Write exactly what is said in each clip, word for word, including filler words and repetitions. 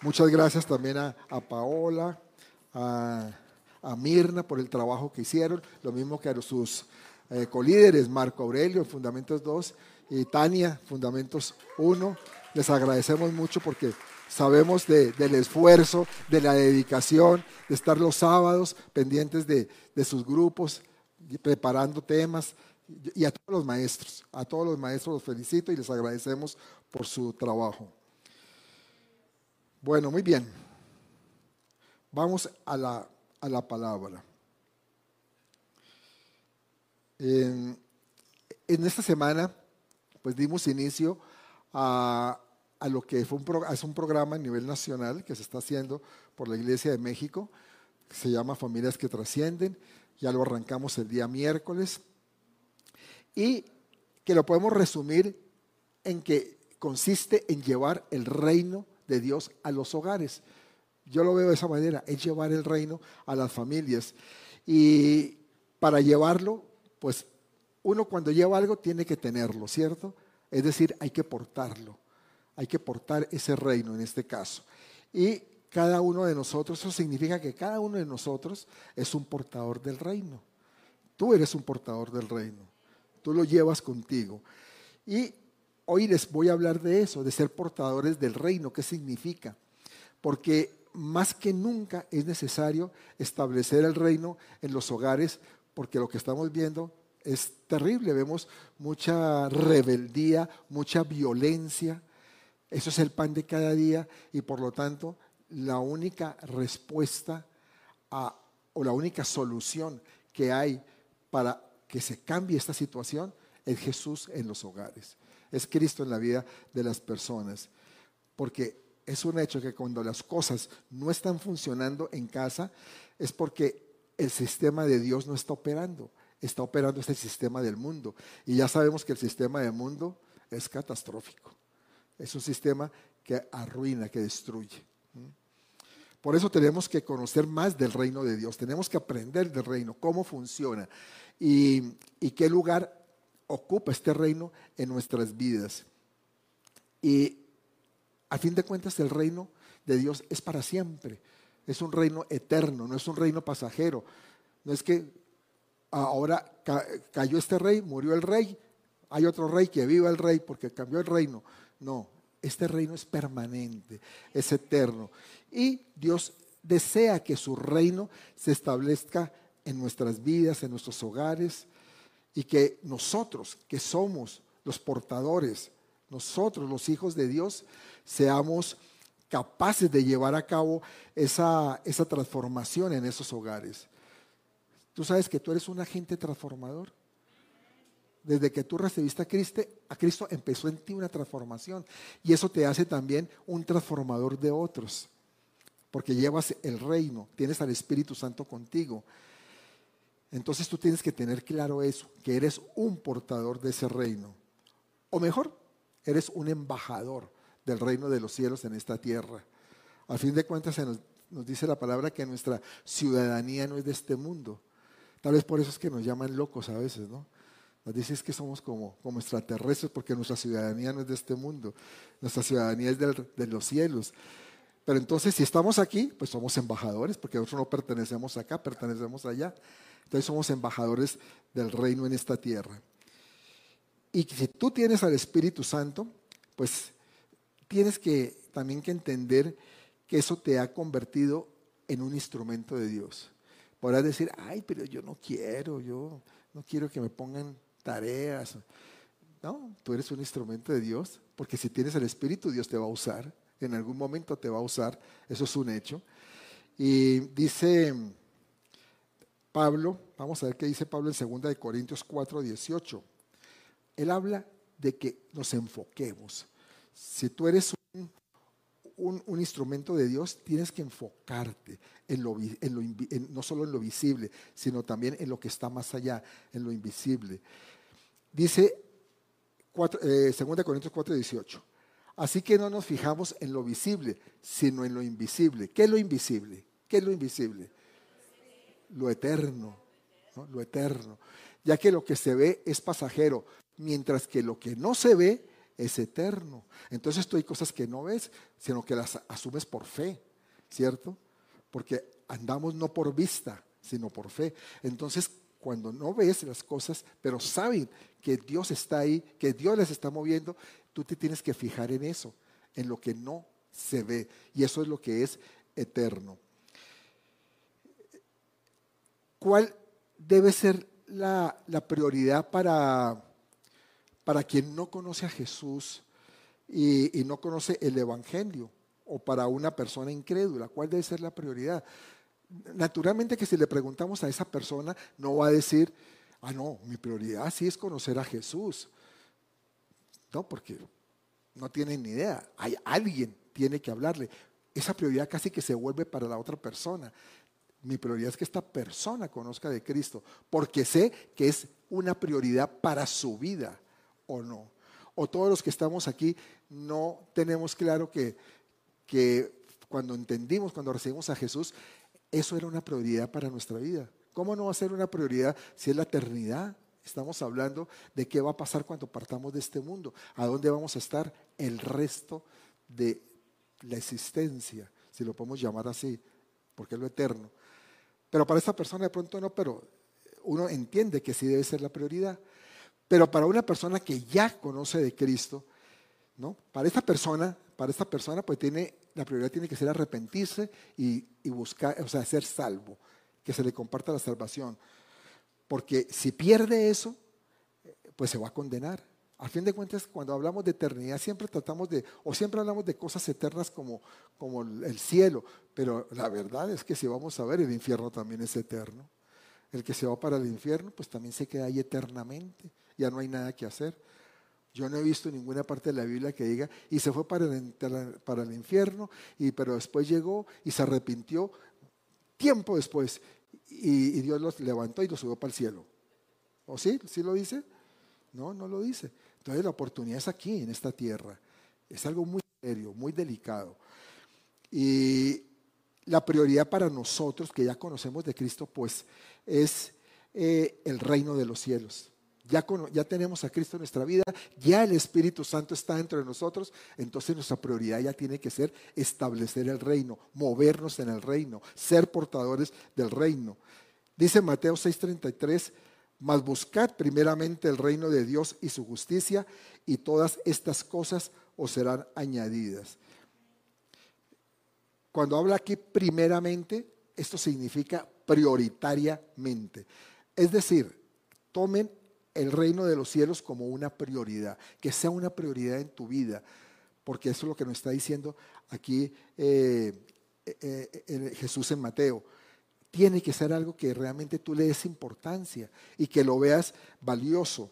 Muchas gracias también a, a Paola, a, a Mirna por el trabajo que hicieron, lo mismo que a sus eh, colíderes, Marco Aurelio en Fundamentos dos y Tania, Fundamentos uno. Les agradecemos mucho porque sabemos de, del esfuerzo, de la dedicación, de estar los sábados pendientes de, de sus grupos, preparando temas. Y a todos los maestros, a todos los maestros los felicito y les agradecemos por su trabajo. Bueno, muy bien. Vamos a la, a la palabra. En, en esta semana, pues dimos inicio a, a lo que fue un, pro, es un programa a nivel nacional que se está haciendo por la Iglesia de México, que se llama Familias que Trascienden. Ya lo arrancamos el día miércoles. Y que lo podemos resumir en que consiste en llevar el reino de Dios a los hogares. Yo lo veo de esa manera, es llevar el reino a las familias. Y para llevarlo, pues uno cuando lleva algo tiene que tenerlo, ¿cierto? Es decir, hay que portarlo, hay que portar ese reino en este caso. Y cada uno de nosotros, eso significa que cada uno de nosotros es un portador del reino. Tú eres un portador del reino. Tú lo llevas contigo. Y hoy les voy a hablar de eso, de ser portadores del reino. ¿Qué significa? Porque más que nunca es necesario establecer el reino en los hogares, porque lo que estamos viendo es terrible. Vemos mucha rebeldía, mucha violencia. Eso es el pan de cada día y por lo tanto la única respuesta a, o la única solución que hay para que se cambie esta situación es Jesús en los hogares, es Cristo en la vida de las personas, porque es un hecho que cuando las cosas no están funcionando en casa es porque el sistema de Dios no está operando, está operando este sistema del mundo y ya sabemos que el sistema del mundo es catastrófico, es un sistema que arruina, que destruye. Por eso tenemos que conocer más del reino de Dios, tenemos que aprender del reino, cómo funciona y, y qué lugar ocupa este reino en nuestras vidas. Y a fin de cuentas el reino de Dios es para siempre, es un reino eterno, no es un reino pasajero. No es que ahora ca- cayó este rey, murió el rey, hay otro rey, que viva el rey porque cambió el reino. No, este reino es permanente, es eterno. Y Dios desea que su reino se establezca en nuestras vidas, en nuestros hogares, y que nosotros, que somos los portadores, nosotros los hijos de Dios, seamos capaces de llevar a cabo esa, esa transformación en esos hogares. Tú sabes que tú eres un agente transformador. Desde que tú recibiste a Cristo, a Cristo empezó en ti una transformación y eso te hace también un transformador de otros, porque llevas el reino, tienes al Espíritu Santo contigo. Entonces tú tienes que tener claro eso, que eres un portador de ese reino. O mejor, eres un embajador del reino de los cielos en esta tierra. A fin de cuentas se nos, nos dice la palabra que nuestra ciudadanía no es de este mundo. Tal vez por eso es que nos llaman locos a veces, ¿no? Nos dicen que somos como, como extraterrestres porque nuestra ciudadanía no es de este mundo. Nuestra ciudadanía es del, de los cielos. Pero entonces si estamos aquí, pues somos embajadores porque nosotros no pertenecemos acá, pertenecemos allá. Entonces somos embajadores del reino en esta tierra. Y si tú tienes al Espíritu Santo, pues tienes que también que entender que eso te ha convertido en un instrumento de Dios. Podrás decir, ay, pero yo no quiero, yo no quiero que me pongan tareas. No, tú eres un instrumento de Dios, porque si tienes el Espíritu, Dios te va a usar. En algún momento te va a usar, eso es un hecho. Y dice Pablo, vamos a ver qué dice Pablo en segunda de Corintios cuatro, dieciocho. Él habla de que nos enfoquemos. Si tú eres un, un, un instrumento de Dios, tienes que enfocarte en lo, en lo, en, no solo en lo visible, sino también en lo que está más allá, en lo invisible. Dice eh, segunda de Corintios cuatro, dieciocho. Así que no nos fijamos en lo visible, sino en lo invisible. ¿Qué es lo invisible? ¿Qué es lo invisible? Lo eterno, ¿no? Lo eterno. Ya que lo que se ve es pasajero, mientras que lo que no se ve es eterno. Entonces esto hay cosas que no ves, sino que las asumes por fe, ¿cierto? Porque andamos no por vista, sino por fe. Entonces, cuando no ves las cosas, pero saben que Dios está ahí, que Dios las está moviendo, tú te tienes que fijar en eso, en lo que no se ve. Y eso es lo que es eterno. ¿Cuál debe ser la, la prioridad para, para quien no conoce a Jesús y, y no conoce el Evangelio? O para una persona incrédula, ¿cuál debe ser la prioridad? Naturalmente que si le preguntamos a esa persona, no va a decir, ah, no, mi prioridad sí es conocer a Jesús. No, porque no tienen ni idea. Hay alguien tiene que hablarle. Esa prioridad casi que se vuelve para la otra persona. Mi prioridad es que esta persona conozca de Cristo, porque sé que es una prioridad para su vida, ¿o no? O todos los que estamos aquí no tenemos claro que, que cuando entendimos, cuando recibimos a Jesús, eso era una prioridad para nuestra vida. ¿Cómo no va a ser una prioridad si es la eternidad? Estamos hablando de qué va a pasar cuando partamos de este mundo, a dónde vamos a estar el resto de la existencia, si lo podemos llamar así, porque es lo eterno. Pero para esta persona de pronto no, pero uno entiende que sí debe ser la prioridad. Pero para una persona que ya conoce de Cristo, ¿no? Para esta persona, para esta persona, pues tiene, la prioridad tiene que ser arrepentirse y, y buscar, o sea, ser salvo, que se le comparta la salvación. Porque si pierde eso, pues se va a condenar. Al fin de cuentas, cuando hablamos de eternidad, siempre tratamos de, o siempre hablamos de cosas eternas como, como el cielo, pero la verdad es que si vamos a ver, el infierno también es eterno. El que se va para el infierno, pues también se queda ahí eternamente, ya no hay nada que hacer. Yo no he visto ninguna parte de la Biblia que diga, y se fue para el, para el infierno, y, pero después llegó y se arrepintió tiempo después, y, y Dios los levantó y los subió para el cielo. ¿O sí? ¿Sí lo dice? No, no lo dice. Entonces la oportunidad es aquí, en esta tierra. Es algo muy serio, muy delicado. Y la prioridad para nosotros, que ya conocemos de Cristo, pues es eh, el reino de los cielos. Ya, con, ya tenemos a Cristo en nuestra vida, ya el Espíritu Santo está dentro de nosotros, entonces nuestra prioridad ya tiene que ser establecer el reino, movernos en el reino, ser portadores del reino. Dice Mateo seis treinta y tres, mas buscad primeramente el reino de Dios y su justicia, y todas estas cosas os serán añadidas. Cuando habla aquí primeramente, esto significa prioritariamente. Es decir, tomen el reino de los cielos como una prioridad, que sea una prioridad en tu vida, porque eso es lo que nos está diciendo aquí eh, eh, eh, Jesús en Mateo. Tiene que ser algo que realmente tú le des importancia y que lo veas valioso.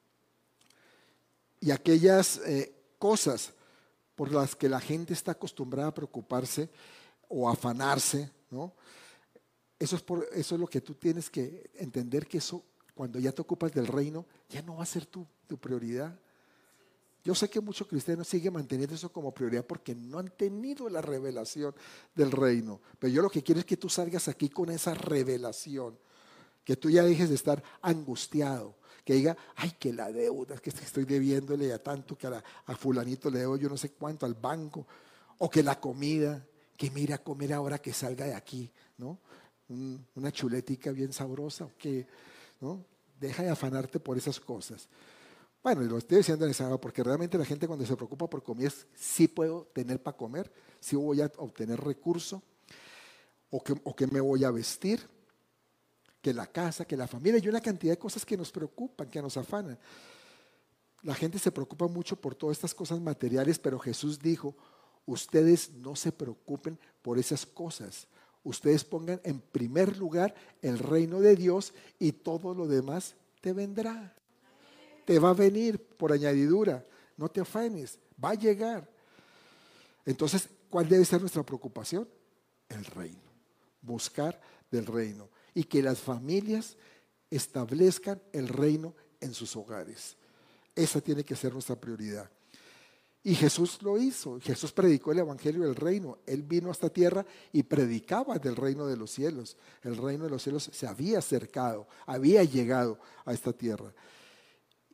Y aquellas eh, cosas por las que la gente está acostumbrada a preocuparse o afanarse, ¿no? Eso es, por, eso es lo que tú tienes que entender, que eso, cuando ya te ocupas del reino, ya no va a ser tu, tu prioridad. Yo sé que muchos cristianos siguen manteniendo eso como prioridad porque no han tenido la revelación del reino. Pero yo lo que quiero es que tú salgas aquí con esa revelación, que tú ya dejes de estar angustiado, que diga, ay, que la deuda, que estoy debiéndole a tanto, que a, la, a fulanito le debo yo no sé cuánto, al banco, o que la comida, que mira a comer ahora que salga de aquí, ¿no? Un, una chuletica bien sabrosa, que, ¿no? Deja de afanarte por esas cosas. Bueno, y lo estoy diciendo en esa, porque realmente la gente cuando se preocupa por comida, sí puedo tener para comer, sí voy a obtener recursos, o que, o que me voy a vestir, que la casa, que la familia, y una cantidad de cosas que nos preocupan, que nos afanan. La gente se preocupa mucho por todas estas cosas materiales, pero Jesús dijo, ustedes no se preocupen por esas cosas. Ustedes pongan en primer lugar el reino de Dios y todo lo demás te vendrá. Te va a venir por añadidura, no te afanes, va a llegar. Entonces, ¿cuál debe ser nuestra preocupación? El reino, buscar del reino y que las familias establezcan el reino en sus hogares. Esa tiene que ser nuestra prioridad. Y Jesús lo hizo, Jesús predicó el evangelio del reino, Él vino a esta tierra y predicaba del reino de los cielos. El reino de los cielos se había acercado, había llegado a esta tierra.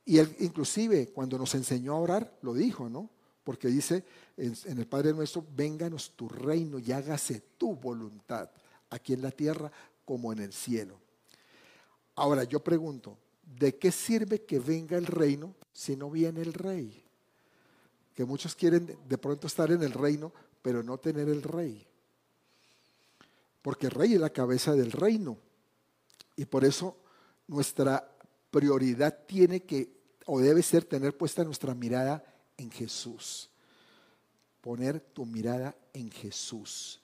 Y él inclusive cuando nos enseñó a orar, lo dijo, ¿no? Porque dice en, en el Padre Nuestro, vénganos tu reino y hágase tu voluntad, aquí en la tierra como en el cielo. Ahora yo pregunto, ¿de qué sirve que venga el reino si no viene el rey? Que muchos quieren de pronto estar en el reino, pero no tener el rey. Porque el rey es la cabeza del reino. Y por eso nuestra prioridad tiene que, o debe ser, tener puesta nuestra mirada en Jesús. Poner tu mirada en Jesús.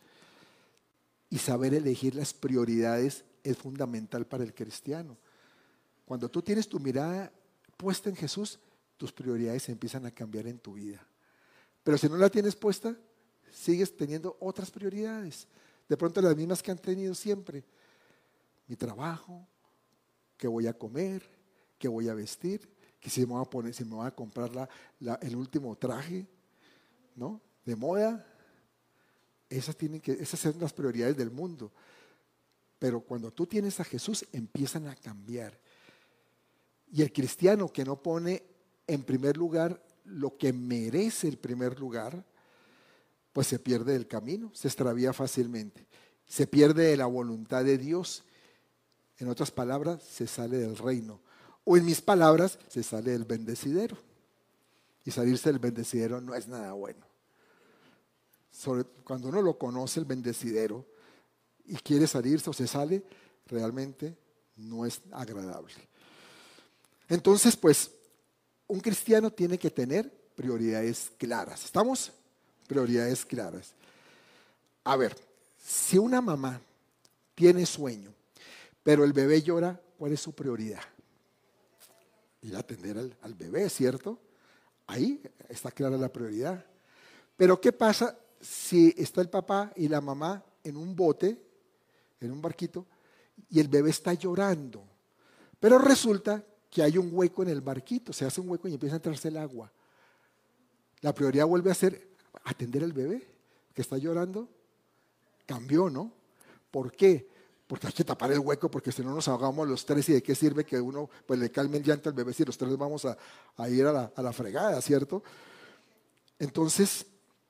Y saber elegir las prioridades es fundamental para el cristiano. Cuando tú tienes tu mirada puesta en Jesús, tus prioridades empiezan a cambiar en tu vida. Pero si no la tienes puesta, sigues teniendo otras prioridades. De pronto las mismas que han tenido siempre. Mi trabajo, qué voy a comer, qué voy a vestir, que si me voy a poner, si me voy a comprar la, la, el último traje, ¿no? De moda. Esas, tienen que, esas son las prioridades del mundo. Pero cuando tú tienes a Jesús, empiezan a cambiar. Y el cristiano que no pone en primer lugar lo que merece el primer lugar, pues se pierde del camino, se extravía fácilmente. Se pierde de la voluntad de Dios. En otras palabras, se sale del reino. O en mis palabras, se sale del bendecidero. Y salirse del bendecidero no es nada bueno. Sobre, cuando uno lo conoce, el bendecidero, y quiere salirse o se sale, realmente no es agradable. Entonces, pues, un cristiano tiene que tener prioridades claras. ¿Estamos? Prioridades claras. A ver, si una mamá tiene sueño, pero el bebé llora, ¿cuál es su prioridad? Ir a atender al, al bebé, ¿cierto? Ahí está clara la prioridad. Pero ¿qué pasa si está el papá y la mamá en un bote, en un barquito, y el bebé está llorando? Pero resulta que hay un hueco en el barquito, se hace un hueco y empieza a entrarse el agua. La prioridad vuelve a ser atender al bebé que está llorando. Cambió, ¿no? ¿Por qué? Porque hay que tapar el hueco, porque si no nos ahogamos los tres, y de qué sirve que uno pues le calme el llanto al bebé si los tres vamos a, a ir a la, a la fregada, ¿cierto? Entonces,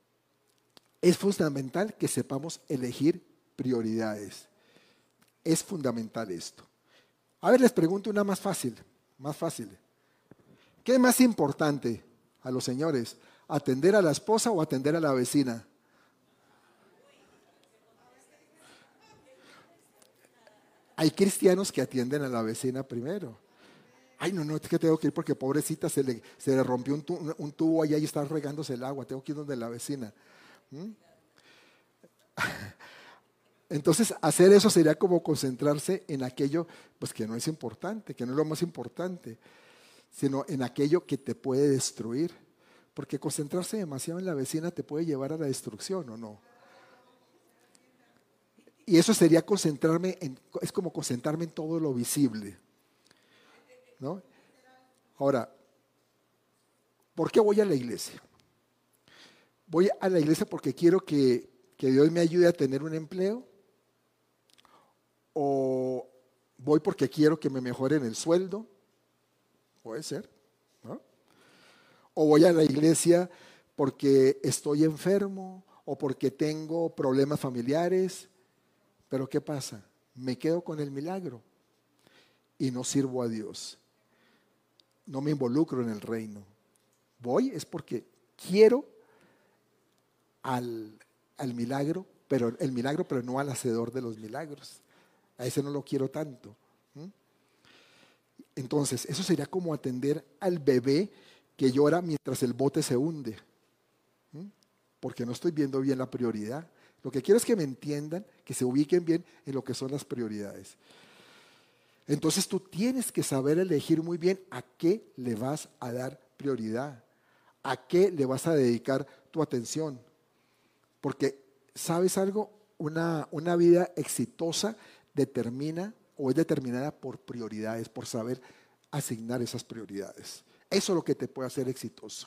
es fundamental que sepamos elegir prioridades. Es fundamental esto. A ver, les pregunto una más fácil, más fácil. ¿Qué es más importante a los señores? ¿Atender a la esposa o atender a la vecina? Hay cristianos que atienden a la vecina primero. Ay, no, no, es que tengo que ir porque pobrecita se le, se le rompió un tubo, un tubo allá y está regándose el agua. Tengo que ir donde la vecina. ¿Mm? Entonces, hacer eso sería como concentrarse en aquello pues, que no es importante, que no es lo más importante, sino en aquello que te puede destruir. Porque concentrarse demasiado en la vecina te puede llevar a la destrucción, ¿o no? Y eso sería concentrarme en, es como concentrarme en todo lo visible, ¿no? Ahora, ¿por qué voy a la iglesia? Voy a la iglesia porque quiero que, que Dios me ayude a tener un empleo, o voy porque quiero que me mejoren el sueldo, puede ser, ¿no? O voy a la iglesia porque estoy enfermo o porque tengo problemas familiares. Pero ¿qué pasa? Me quedo con el milagro y no sirvo a Dios. No me involucro en el reino. Voy es porque quiero al, al milagro, pero el milagro, pero no al hacedor de los milagros. A ese no lo quiero tanto. ¿Mm? Entonces, eso sería como atender al bebé que llora mientras el bote se hunde. ¿Mm? Porque no estoy viendo bien la prioridad. Lo que quiero es que me entiendan, que se ubiquen bien en lo que son las prioridades. Entonces tú tienes que saber elegir muy bien a qué le vas a dar prioridad, a qué le vas a dedicar tu atención. Porque, ¿sabes algo? Una, una vida exitosa determina o es determinada por prioridades, por saber asignar esas prioridades. Eso es lo que te puede hacer exitoso.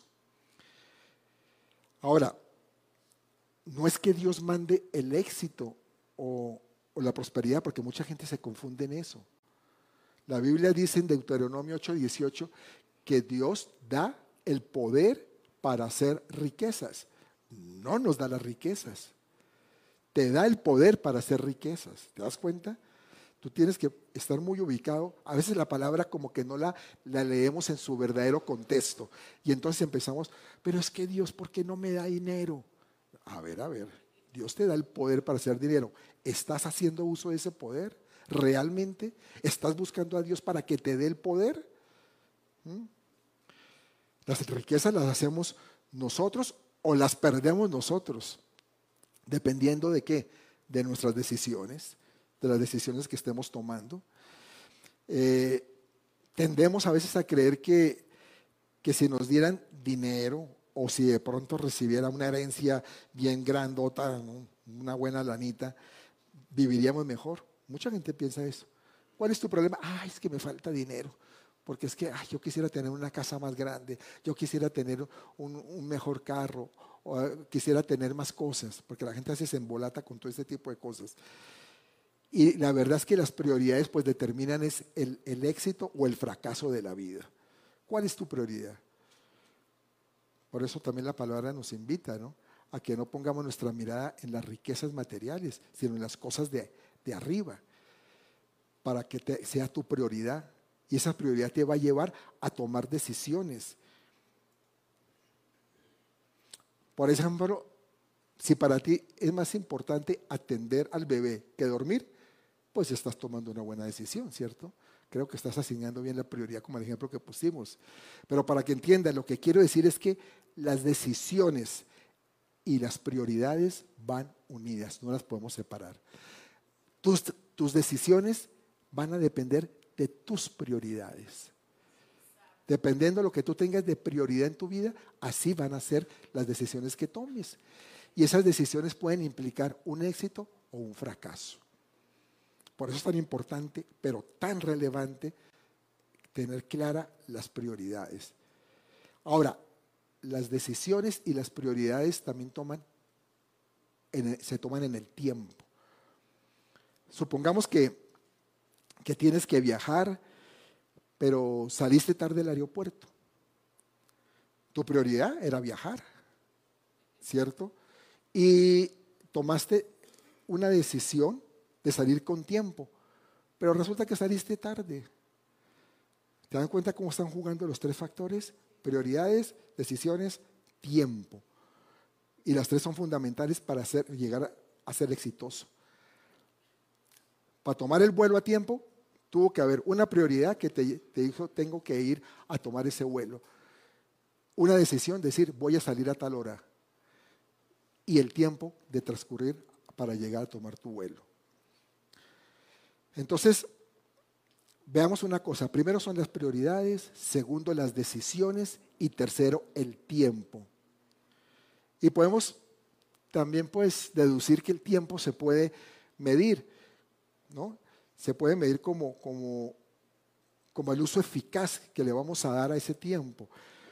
Ahora, no es que Dios mande el éxito o, o la prosperidad, porque mucha gente se confunde en eso. La Biblia dice en Deuteronomio ocho dieciocho que Dios da el poder para hacer riquezas. No nos da las riquezas. Te da el poder para hacer riquezas. ¿Te das cuenta? Tú tienes que estar muy ubicado. A veces la palabra como que no la, la leemos en su verdadero contexto. Y entonces empezamos, pero es que Dios, ¿por qué no me da dinero? A ver, a ver, Dios te da el poder para hacer dinero. ¿Estás haciendo uso de ese poder? ¿Realmente estás buscando a Dios para que te dé el poder? ¿Mm? Las riquezas las hacemos nosotros o las perdemos nosotros, dependiendo de qué, de nuestras decisiones, de las decisiones que estemos tomando. Eh, tendemos a veces a creer que, que si nos dieran dinero o si de pronto recibiera una herencia bien grandota, ¿no?, una buena lanita, viviríamos mejor. Mucha gente piensa eso. ¿Cuál es tu problema? Ay, es que me falta dinero. Porque es que ay, yo quisiera tener una casa más grande, yo quisiera tener un, un mejor carro, o uh, quisiera tener más cosas, porque la gente a veces se embolata con todo este tipo de cosas. Y la verdad es que las prioridades pues determinan es el, el éxito o el fracaso de la vida. ¿Cuál es tu prioridad? Por eso también la palabra nos invita, ¿no?, a que no pongamos nuestra mirada en las riquezas materiales, sino en las cosas de, de arriba, para que te, sea tu prioridad. Y esa prioridad te va a llevar a tomar decisiones. Por ejemplo, si para ti es más importante atender al bebé que dormir, pues estás tomando una buena decisión, ¿cierto? Creo que estás asignando bien la prioridad como el ejemplo que pusimos. Pero para que entiendan, lo que quiero decir es que las decisiones y las prioridades van unidas, no las podemos separar. Tus, tus decisiones van a depender de tus prioridades. Dependiendo de lo que tú tengas de prioridad en tu vida, así van a ser las decisiones que tomes. Y esas decisiones pueden implicar un éxito o un fracaso. Por eso es tan importante, pero tan relevante, tener claras las prioridades. Ahora, las decisiones y las prioridades también toman en el, se toman en el tiempo. Supongamos que que tienes que viajar, pero saliste tarde del aeropuerto. Tu prioridad era viajar, ¿cierto? Y tomaste una decisión de salir con tiempo, pero resulta que saliste tarde. ¿Te dan cuenta cómo están jugando los tres factores? Prioridades, decisiones, tiempo. Y las tres son fundamentales para hacer, llegar a, a ser exitoso. Para tomar el vuelo a tiempo, tuvo que haber una prioridad que te, te dijo, tengo que ir a tomar ese vuelo. Una decisión, decir, voy a salir a tal hora. Y el tiempo de transcurrir para llegar a tomar tu vuelo. Entonces, veamos una cosa. Primero son las prioridades, segundo las decisiones y tercero el tiempo. Y podemos también pues deducir que el tiempo se puede medir, ¿no? Se puede medir como, como, como el uso eficaz que le vamos a dar a ese tiempo.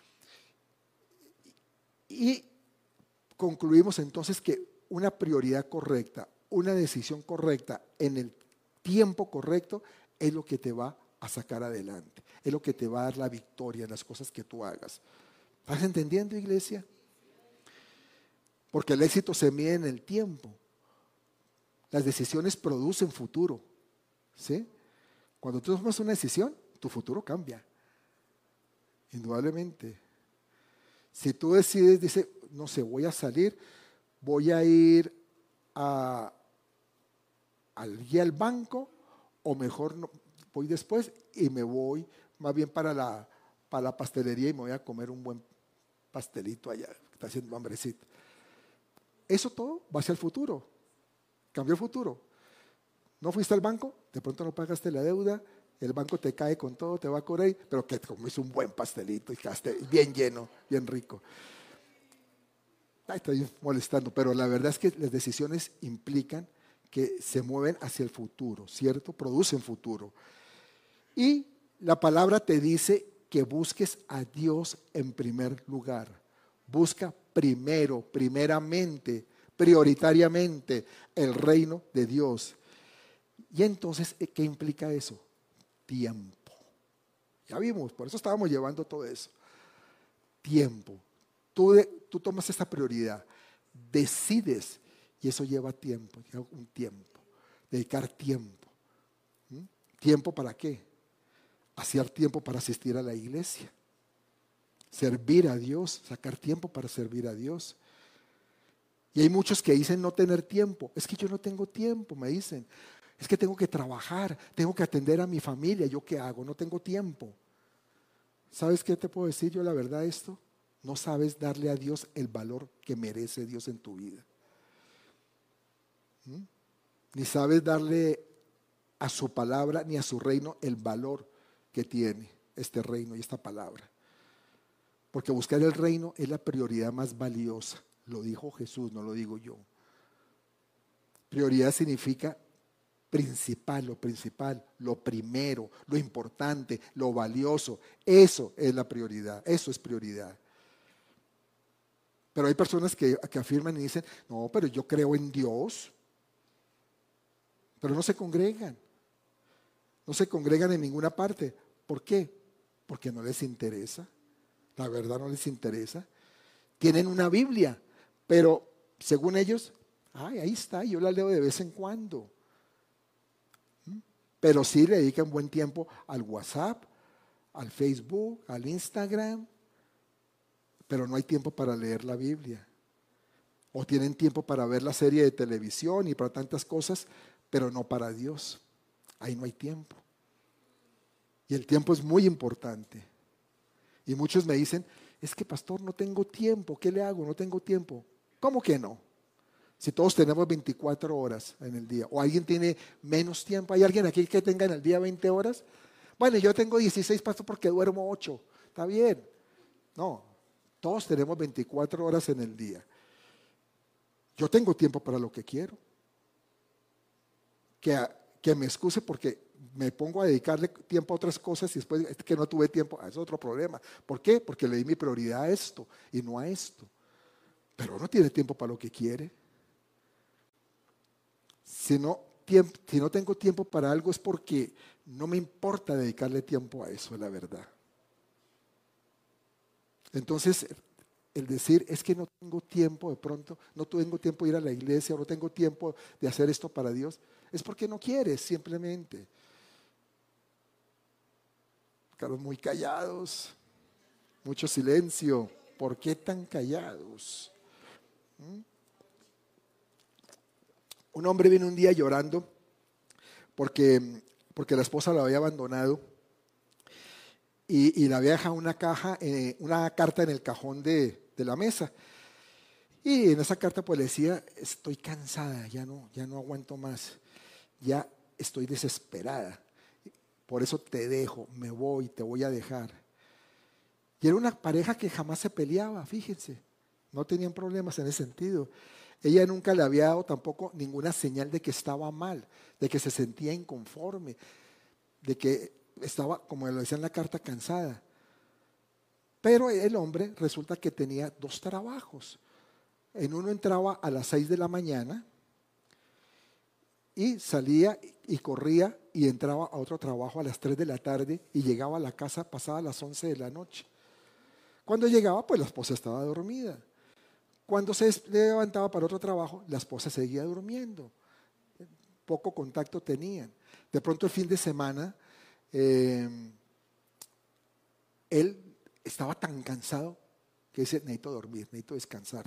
Y concluimos entonces que una prioridad correcta, una decisión correcta en el tiempo correcto es lo que te va a sacar adelante, es lo que te va a dar la victoria en las cosas que tú hagas. ¿Estás entendiendo, iglesia? Porque el éxito se mide en el tiempo. Las decisiones producen futuro. ¿Sí? Cuando tú tomas una decisión, tu futuro cambia. Indudablemente. Si tú decides, dice, no sé, voy a salir, voy a ir a, al, al banco, o mejor no, voy después y me voy más bien para la, para la pastelería y me voy a comer un buen pastelito allá, que está haciendo hambrecita. Eso todo va hacia el futuro. Cambió el futuro. ¿No fuiste al banco? De pronto no pagaste la deuda, el banco te cae con todo, te va a cobrar, pero que comiste un buen pastelito y quedaste bien lleno, bien rico. Ay, estoy molestando, pero la verdad es que las decisiones implican que se mueven hacia el futuro, ¿cierto? Producen futuro. Y la palabra te dice que busques a Dios en primer lugar. Busca primero, primeramente, prioritariamente el reino de Dios. Y entonces, ¿qué implica eso? Tiempo. Ya vimos, por eso estábamos llevando todo eso. Tiempo. Tú, de, tú tomas esa prioridad, decides, y eso lleva tiempo, lleva un tiempo. Dedicar tiempo. ¿Mm? ¿Tiempo para qué? Hacer tiempo para asistir a la iglesia. Servir a Dios, sacar tiempo para servir a Dios. Y hay muchos que dicen no tener tiempo. Es que yo no tengo tiempo, me dicen. Es que tengo que trabajar, tengo que atender a mi familia. ¿Yo qué hago? No tengo tiempo. ¿Sabes qué te puedo decir yo la verdad esto? No sabes darle a Dios el valor que merece Dios en tu vida. ¿Mm? Ni sabes darle a su palabra ni a su reino el valor que tiene este reino y esta palabra. Porque buscar el reino es la prioridad más valiosa. Lo dijo Jesús, no lo digo yo. Prioridad significa principal, lo principal, lo primero, lo importante, lo valioso. Eso es la prioridad, eso es prioridad. Pero hay personas que, que afirman y dicen, no, pero yo creo en Dios. Pero no se congregan. No se congregan en ninguna parte. ¿Por qué? Porque no les interesa. La verdad no les interesa. Tienen una Biblia, pero según ellos, ay, ahí está, yo la leo de vez en cuando. ¿Mm? Pero sí le dedican buen tiempo al WhatsApp, al Facebook, al Instagram, pero no hay tiempo para leer la Biblia. O tienen tiempo para ver la serie de televisión y para tantas cosas, pero no para Dios. Ahí no hay tiempo. Y el tiempo es muy importante. Y muchos me dicen, es que pastor, no tengo tiempo, ¿qué le hago? No tengo tiempo. ¿Cómo que no? Si todos tenemos veinticuatro horas en el día, o alguien tiene menos tiempo, ¿hay alguien aquí que tenga en el día veinte horas? Bueno, yo tengo dieciséis, pastor, porque duermo ocho. Está bien. No, todos tenemos veinticuatro horas en el día. Yo tengo tiempo para lo que quiero. Que, que me excuse porque me pongo a dedicarle tiempo a otras cosas y después es que no tuve tiempo, es otro problema. ¿Por qué? Porque le di mi prioridad a esto y no a esto. Pero no tiene tiempo para lo que quiere. Si no, tiempo, si no tengo tiempo para algo es porque no me importa dedicarle tiempo a eso, es la verdad. Entonces, el decir es que no tengo tiempo de pronto, no tengo tiempo de ir a la iglesia, o no tengo tiempo de hacer esto para Dios, es porque no quieres simplemente. Quedaron muy callados, mucho silencio. ¿Por qué tan callados? ¿Mm? Un hombre vino un día llorando porque, porque la esposa lo había abandonado y, y le había dejado una caja, eh, una carta en el cajón de, de la mesa. Y en esa carta pues le decía, estoy cansada, ya no, ya no aguanto más, ya estoy desesperada. Por eso te dejo, me voy, te voy a dejar. Y era una pareja que jamás se peleaba, fíjense. No tenían problemas en ese sentido. Ella nunca le había dado tampoco ninguna señal de que estaba mal, de que se sentía inconforme, de que estaba, como lo decía en la carta, cansada. Pero el hombre resulta que tenía dos trabajos. En uno entraba a las seis de la mañana y salía y corría y entraba a otro trabajo a las tres de la tarde y llegaba a la casa pasada las once de la noche. Cuando llegaba, pues la esposa estaba dormida. Cuando se levantaba para otro trabajo, la esposa seguía durmiendo. Poco contacto tenían. De pronto el fin de semana, eh, él estaba tan cansado que dice, necesito dormir, necesito descansar.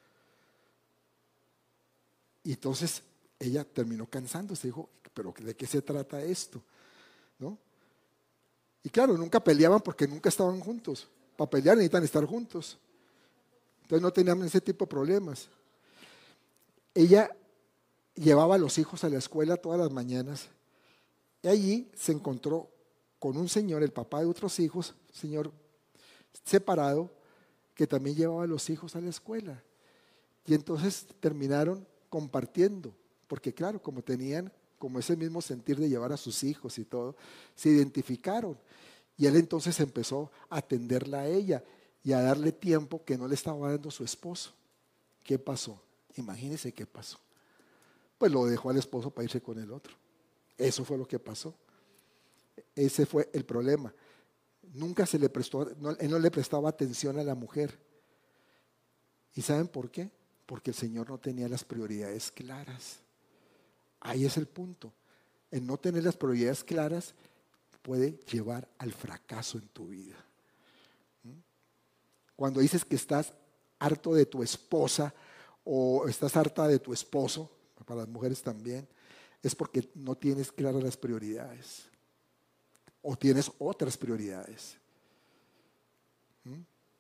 Y entonces ella terminó cansándose, dijo, pero ¿de qué se trata esto? ¿No? Y claro, nunca peleaban porque nunca estaban juntos. Para pelear necesitan estar juntos. Entonces no tenían ese tipo de problemas. Ella llevaba a los hijos a la escuela todas las mañanas y allí se encontró con un señor, el papá de otros hijos, señor separado, que también llevaba a los hijos a la escuela. Y entonces terminaron compartiendo, porque claro, como tenían como ese mismo sentir de llevar a sus hijos y todo, se identificaron. Y él entonces empezó a atenderla a ella y a darle tiempo que no le estaba dando su esposo. ¿Qué pasó? Imagínense qué pasó. Pues lo dejó al esposo para irse con el otro. Eso fue lo que pasó. Ese fue el problema. Nunca se le prestó, no, él no le prestaba atención a la mujer. ¿Y saben por qué? Porque el Señor no tenía las prioridades claras. Ahí es el punto. El no tener las prioridades claras puede llevar al fracaso en tu vida. Cuando dices que estás harto de tu esposa o estás harta de tu esposo, para las mujeres también, es porque no tienes claras las prioridades o tienes otras prioridades. ¿Mm?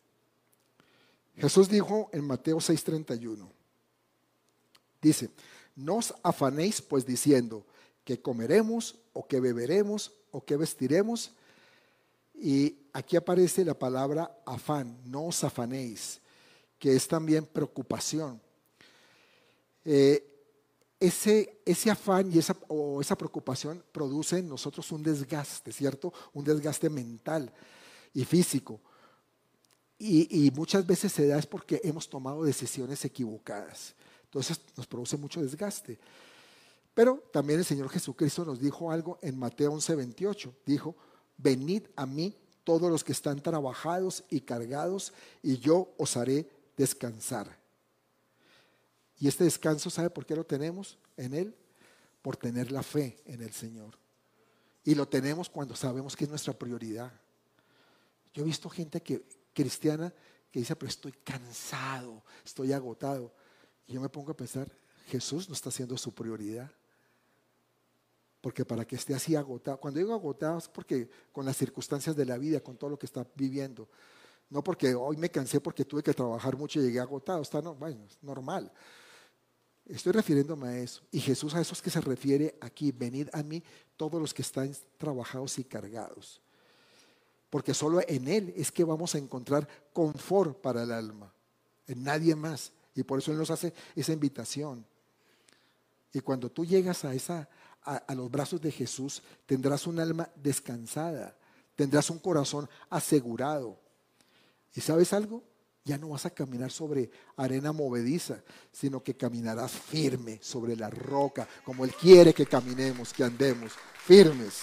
Jesús dijo en Mateo seis treinta y uno, dice, no os afanéis pues diciendo que comeremos o que beberemos o que vestiremos. Y aquí aparece la palabra afán, no os afanéis, que es también preocupación. Eh, ese, ese afán y esa, o esa preocupación produce en nosotros un desgaste, ¿cierto? Un desgaste mental y físico. Y, y muchas veces se da es porque hemos tomado decisiones equivocadas. Entonces nos produce mucho desgaste. Pero también el Señor Jesucristo nos dijo algo en Mateo once veintiocho. Dijo, venid a mí todos los que están trabajados y cargados, y yo os haré descansar. Y este descanso, ¿sabe por qué lo tenemos en Él? Por tener la fe en el Señor. Y lo tenemos cuando sabemos que es nuestra prioridad. Yo he visto gente que, cristiana que dice, pero estoy cansado, estoy agotado. Y yo me pongo a pensar, Jesús no está siendo su prioridad. Porque para que esté así agotado, cuando digo agotado es porque con las circunstancias de la vida, con todo lo que está viviendo, no porque hoy me cansé porque tuve que trabajar mucho y llegué agotado, está no, bueno, es normal. Estoy refiriéndome a eso. Y Jesús a eso es que se refiere aquí, venid a mí todos los que están trabajados y cargados. Porque solo en Él es que vamos a encontrar confort para el alma, en nadie más. Y por eso Él nos hace esa invitación. Y cuando tú llegas a esa A, a los brazos de Jesús, tendrás un alma descansada, tendrás un corazón asegurado. ¿Y sabes algo? Ya no vas a caminar sobre arena movediza, sino que caminarás firme sobre la roca, como Él quiere que caminemos, que andemos firmes.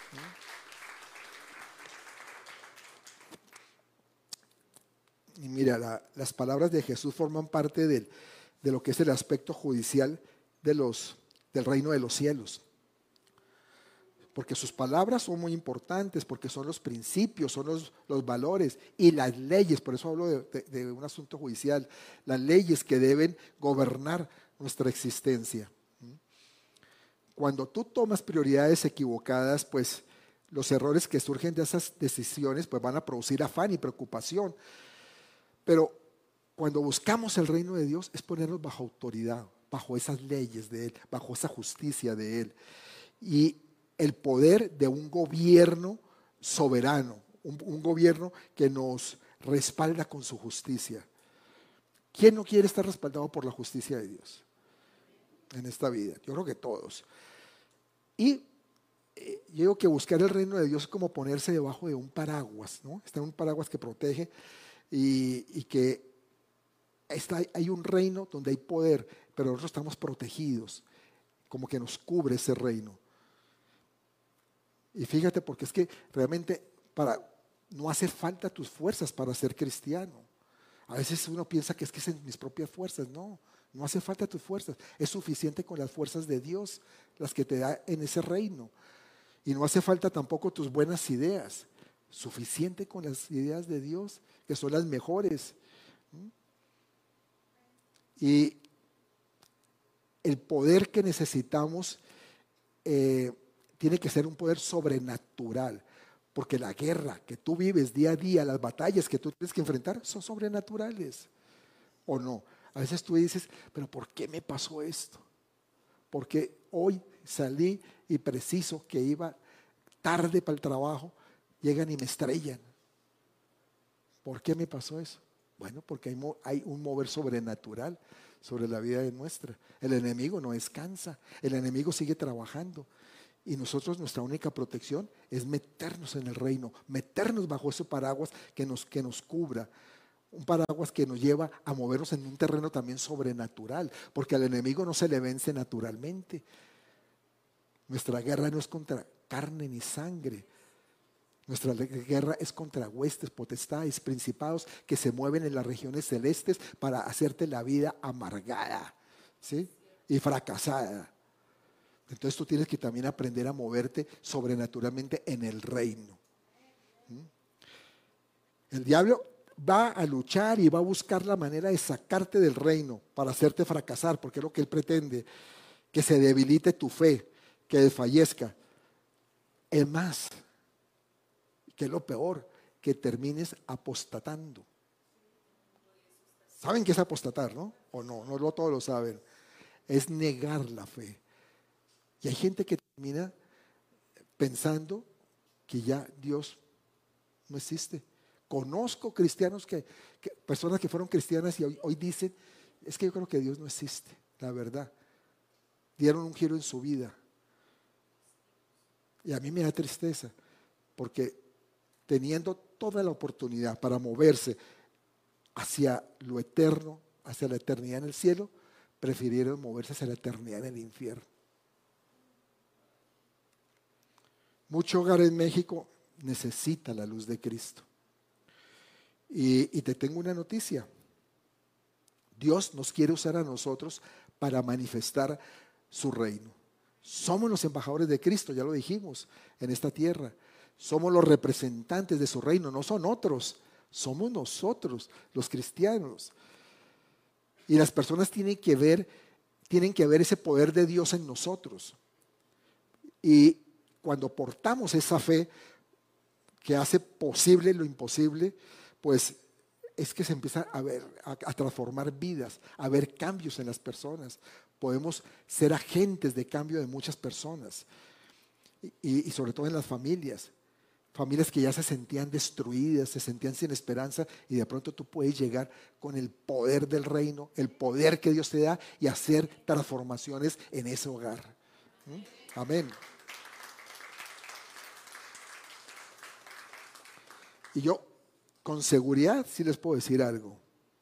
Y mira, la, las palabras de Jesús forman parte del, de lo que es el aspecto judicial de los, del reino de los cielos. Porque sus palabras son muy importantes, porque son los principios, son los, los valores y las leyes. Por eso hablo de, de, de un asunto judicial, las leyes que deben gobernar nuestra existencia. Cuando tú tomas prioridades equivocadas, pues los errores que surgen de esas decisiones pues van a producir afán y preocupación. Pero cuando buscamos el reino de Dios es ponernos bajo autoridad, bajo esas leyes de Él, bajo esa justicia de Él. Y el poder de un gobierno soberano, un, un gobierno que nos respalda con su justicia. ¿Quién no quiere estar respaldado por la justicia de Dios en esta vida? Yo creo que todos. Y eh, yo digo que buscar el reino de Dios es como ponerse debajo de un paraguas, ¿no? Está en un paraguas que protege y, y que está, hay un reino donde hay poder, pero nosotros estamos protegidos, como que nos cubre ese reino. Y fíjate, porque es que realmente para, no hace falta tus fuerzas para ser cristiano. A veces uno piensa que es que es en mis propias fuerzas. No, no hace falta tus fuerzas. Es suficiente con las fuerzas de Dios, las que te da en ese reino. Y no hace falta tampoco tus buenas ideas. Suficiente con las ideas de Dios, que son las mejores. Y el poder que necesitamos eh, tiene que ser un poder sobrenatural, porque la guerra que tú vives día a día, las batallas que tú tienes que enfrentar son sobrenaturales, ¿o no? A veces tú dices, pero ¿por qué me pasó esto? Porque hoy salí y preciso que iba tarde para el trabajo, llegan y me estrellan. ¿Por qué me pasó eso? Bueno, porque hay, hay un mover sobrenatural sobre la vida de nuestra. El enemigo no descansa, el enemigo sigue trabajando. Y nosotros, nuestra única protección es meternos en el reino, meternos bajo ese paraguas que nos, que nos cubra. Un paraguas que nos lleva a movernos en un terreno también sobrenatural, porque al enemigo no se le vence naturalmente. Nuestra guerra no es contra carne ni sangre, Nuestra guerra es contra huestes, potestades, principados que se mueven en las regiones celestes para hacerte la vida amargada, ¿sí? Y fracasada. Entonces tú tienes que también aprender a moverte sobrenaturalmente en el reino. El diablo va a luchar y va a buscar la manera de sacarte del reino para hacerte fracasar, porque es lo que él pretende, que se debilite tu fe, que desfallezca. Es más, que es lo peor, que termines apostatando. ¿Saben qué es apostatar, no? O no, no, no todos lo saben. Es negar la fe. Y hay gente que termina pensando que ya Dios no existe. Conozco cristianos que, que personas que fueron cristianas y hoy, hoy dicen, es que yo creo que Dios no existe, la verdad. Dieron un giro en su vida. Y a mí me da tristeza, porque teniendo toda la oportunidad para moverse hacia lo eterno, hacia la eternidad en el cielo, prefirieron moverse hacia la eternidad en el infierno. Mucho hogar en México necesita la luz de Cristo. Y, y te tengo una noticia. Dios nos quiere usar a nosotros para manifestar su reino. Somos los embajadores de Cristo, ya lo dijimos, en esta tierra. Somos los representantes de su reino, no son otros, somos nosotros, los cristianos. Y las personas tienen que ver, tienen que ver ese poder de Dios en nosotros. Y cuando portamos esa fe que hace posible lo imposible, pues es que se empieza a ver, a, a transformar vidas, a ver cambios en las personas. Podemos ser agentes de cambio de muchas personas y, y sobre todo en las familias. Familias que ya se sentían destruidas, se sentían sin esperanza y de pronto tú puedes llegar con el poder del reino, el poder que Dios te da y hacer transformaciones en ese hogar. ¿Mm? Amén. Y yo con seguridad sí les puedo decir algo.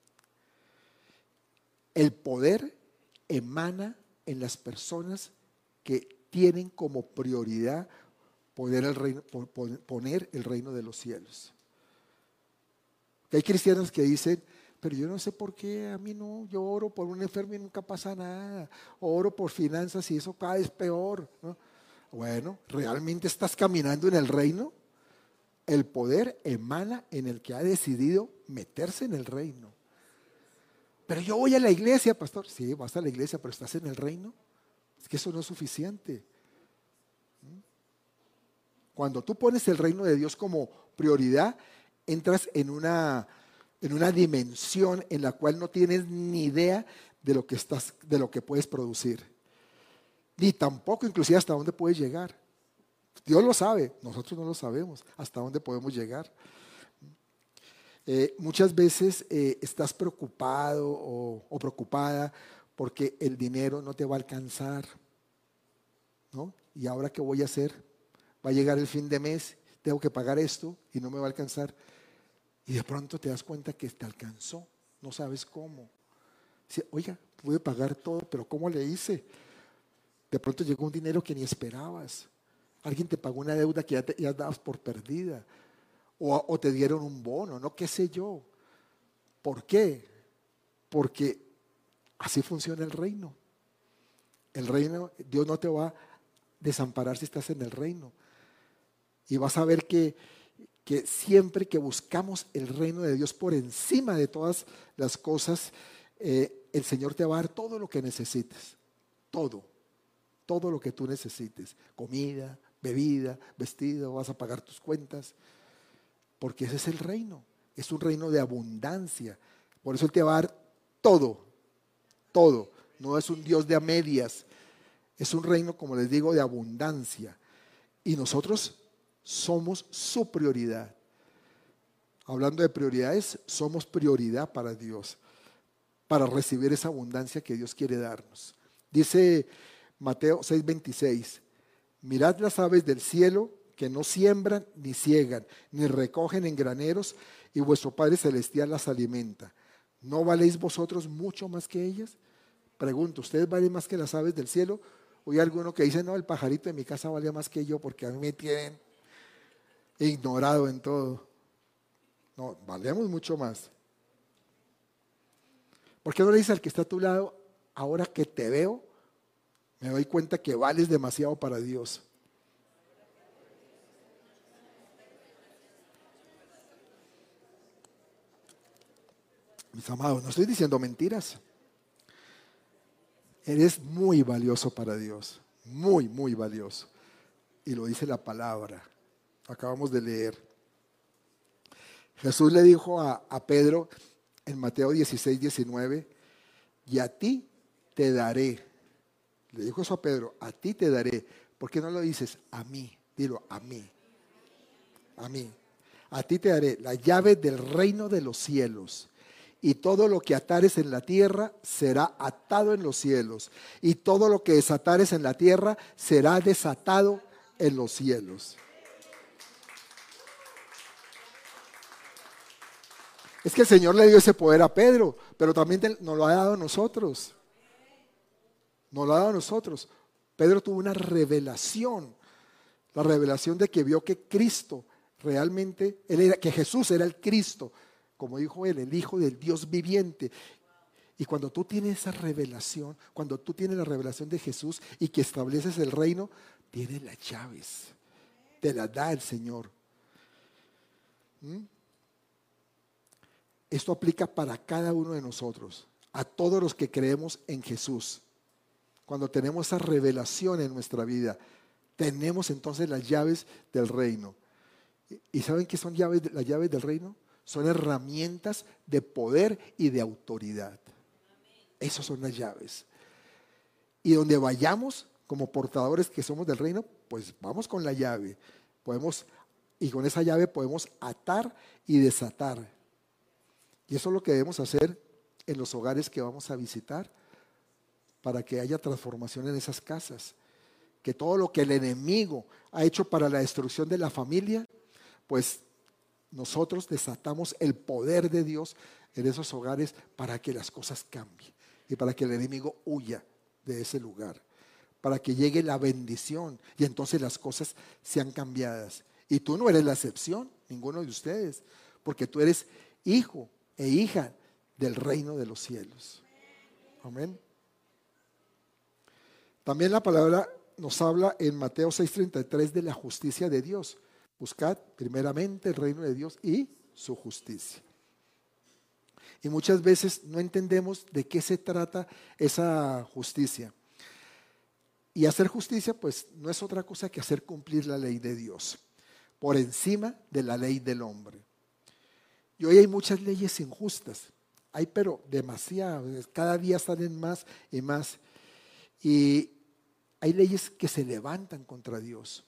El poder emana en las personas que tienen como prioridad poner el reino, poner el reino de los cielos. Hay cristianos que dicen, pero yo no sé por qué, a mí no, yo oro por un enfermo y nunca pasa nada, oro por finanzas y eso cada vez peor, ¿no? Bueno, ¿realmente estás caminando en el reino? El poder emana en el que ha decidido meterse en el reino. Pero yo voy a la iglesia, pastor. Sí, vas a la iglesia, pero ¿estás en el reino? Es que eso no es suficiente. Cuando tú pones el reino de Dios como prioridad, entras en una, en una dimensión en la cual no tienes ni idea de lo que estás, de lo que puedes producir. Ni tampoco inclusive hasta dónde puedes llegar. Dios lo sabe, nosotros no lo sabemos hasta dónde podemos llegar. Eh, muchas veces eh, estás preocupado o, o preocupada porque el dinero no te va a alcanzar, ¿no? ¿Y ahora qué voy a hacer? Va a llegar el fin de mes, tengo que pagar esto y no me va a alcanzar. Y de pronto te das cuenta que te alcanzó, no sabes cómo. Dice, oiga, pude pagar todo, pero ¿cómo le hice? De pronto llegó un dinero que ni esperabas. Alguien te pagó una deuda que ya, te, ya dabas por perdida. O, o te dieron un bono, no qué sé yo. ¿Por qué? Porque así funciona el reino. El reino, Dios no te va a desamparar si estás en el reino. Y vas a ver que, que siempre que buscamos el reino de Dios por encima de todas las cosas, eh, el Señor te va a dar todo lo que necesites. Todo. Todo lo que tú necesites. Comida, bebida, vestido, vas a pagar tus cuentas. Porque ese es el reino. Es un reino de abundancia. Por eso Él te va a dar todo. Todo. No es un Dios de a medias. Es un reino, como les digo, de abundancia. Y nosotros somos su prioridad. Hablando de prioridades, somos prioridad para Dios, para recibir esa abundancia que Dios quiere darnos. Dice Mateo seis veintiséis, mirad las aves del cielo que no siembran ni ciegan, ni recogen en graneros, y vuestro Padre Celestial las alimenta. ¿No valéis vosotros mucho más que ellas? Pregunto, ¿ustedes valen más que las aves del cielo? O hay alguno que dice, no, el pajarito de mi casa vale más que yo porque a mí me tienen. ignorado en todo. No, valemos mucho más. ¿Por qué no le dices al que está a tu lado, ahora que te veo, me doy cuenta que vales demasiado para Dios? Mis amados, no estoy diciendo mentiras. Eres muy valioso para Dios, muy, muy valioso. Y lo dice la palabra. Acabamos de leer. Jesús le dijo a, a Pedro en Mateo dieciséis, diecinueve, y a ti te daré. Le dijo eso a Pedro, a ti te daré. ¿Por qué no lo dices a mí? Dilo, a mí. A mí. A ti te daré la llave del reino de los cielos. Y todo lo que atares en la tierra será atado en los cielos. Y todo lo que desatares en la tierra será desatado en los cielos. Es que el Señor le dio ese poder a Pedro, pero también nos lo ha dado a nosotros. Nos lo ha dado a nosotros. Pedro tuvo una revelación. La revelación de que vio que Cristo realmente, él era, que Jesús era el Cristo. Como dijo él, el Hijo del Dios viviente. Y cuando tú tienes esa revelación, cuando tú tienes la revelación de Jesús y que estableces el reino, tienes las llaves. Te las da el Señor. ¿Mm? Esto aplica para cada uno de nosotros, a todos los que creemos en Jesús. Cuando tenemos esa revelación en nuestra vida, tenemos entonces las llaves del reino. ¿Y saben qué son llaves, las llaves del reino? Son herramientas de poder y de autoridad. Esas son las llaves. Y donde vayamos como portadores que somos del reino, pues vamos con la llave. Podemos, y con esa llave podemos atar y desatar. Y eso es lo que debemos hacer en los hogares que vamos a visitar para que haya transformación en esas casas. Que todo lo que el enemigo ha hecho para la destrucción de la familia, pues nosotros desatamos el poder de Dios en esos hogares para que las cosas cambien y para que el enemigo huya de ese lugar, para que llegue la bendición y entonces las cosas sean cambiadas. Y tú no eres la excepción, ninguno de ustedes, porque tú eres hijo e hija del reino de los cielos. Amén. También la palabra nos habla en Mateo seis treinta y tres de la justicia de Dios. Buscad primeramente el reino de Dios y su justicia. Y muchas veces no entendemos de qué se trata esa justicia. Y hacer justicia pues no es otra cosa que hacer cumplir la ley de Dios, por encima de la ley del hombre. Y hoy hay muchas leyes injustas, hay pero demasiadas, cada día salen más y más. Y hay leyes que se levantan contra Dios.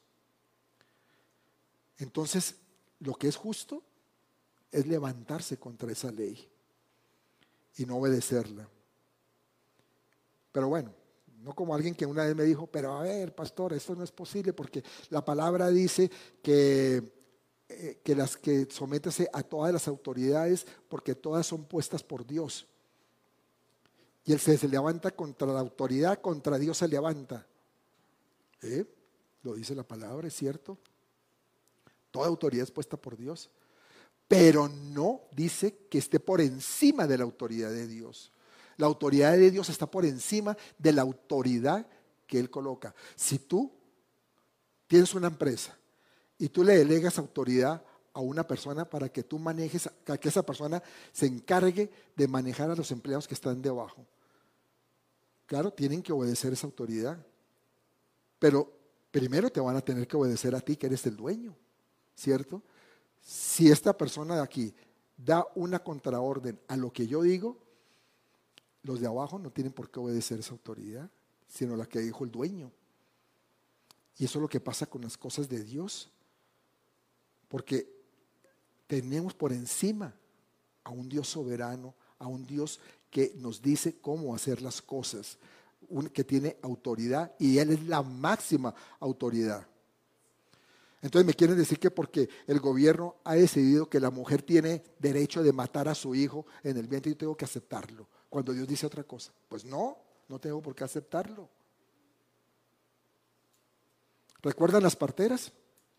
Entonces, lo que es justo es levantarse contra esa ley y no obedecerla. Pero bueno, no como alguien que una vez me dijo, pero a ver, pastor, esto no es posible porque la palabra dice que, eh, que las que sométase a todas las autoridades porque todas son puestas por Dios. Y él se, se levanta contra la autoridad, contra Dios se levanta. ¿Eh? Lo dice la palabra, es cierto. Toda autoridad es puesta por Dios, pero no dice que esté por encima de la autoridad de Dios. La autoridad de Dios está por encima de la autoridad que Él coloca. Si tú tienes una empresa y tú le delegas autoridad a una persona para que tú manejes, para que esa persona se encargue de manejar a los empleados que están debajo, claro, tienen que obedecer esa autoridad, pero primero te van a tener que obedecer a ti, que eres el dueño. ¿Cierto? Si esta persona de aquí da una contraorden a lo que yo digo, los de abajo no tienen por qué obedecer esa autoridad, sino la que dijo el dueño. Y eso es lo que pasa con las cosas de Dios, porque tenemos por encima a un Dios soberano, a un Dios que nos dice cómo hacer las cosas, un, que tiene autoridad y Él es la máxima autoridad. Entonces me quieren decir que porque el gobierno ha decidido que la mujer tiene derecho de matar a su hijo en el vientre, yo tengo que aceptarlo. Cuando Dios dice otra cosa, pues no, no tengo por qué aceptarlo. ¿Recuerdan las parteras?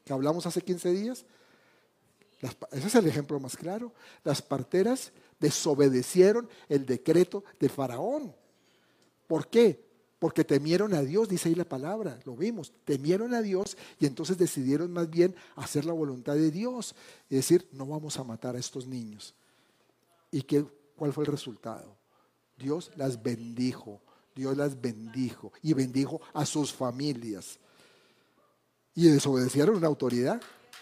que hablamos hace quince días. Las, ese es el ejemplo más claro. Las parteras desobedecieron el decreto de Faraón. ¿Por qué? Porque temieron a Dios, dice ahí la palabra, lo vimos, temieron a Dios y entonces decidieron más bien hacer la voluntad de Dios y decir, no vamos a matar a estos niños. ¿Y qué, cuál fue el resultado? Dios las bendijo, Dios las bendijo y bendijo a sus familias. Y desobedecieron una autoridad.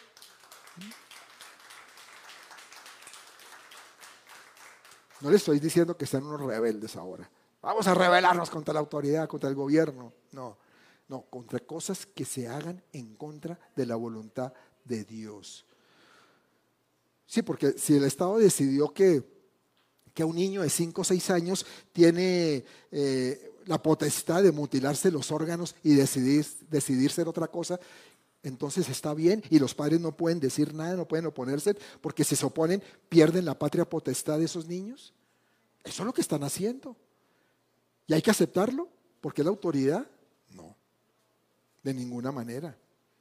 No les estoy diciendo que sean unos rebeldes ahora. Vamos a rebelarnos contra la autoridad, contra el gobierno. No, no, contra cosas que se hagan en contra de la voluntad de Dios. Sí, porque si el Estado decidió que, que un niño de cinco o seis años tiene eh, la potestad de mutilarse los órganos y decidir, decidir ser otra cosa, entonces está bien y los padres no pueden decir nada, no pueden oponerse, porque si se oponen pierden la patria potestad de esos niños. Eso es lo que están haciendo. ¿Y hay que aceptarlo? ¿Porque es la autoridad? No, de ninguna manera.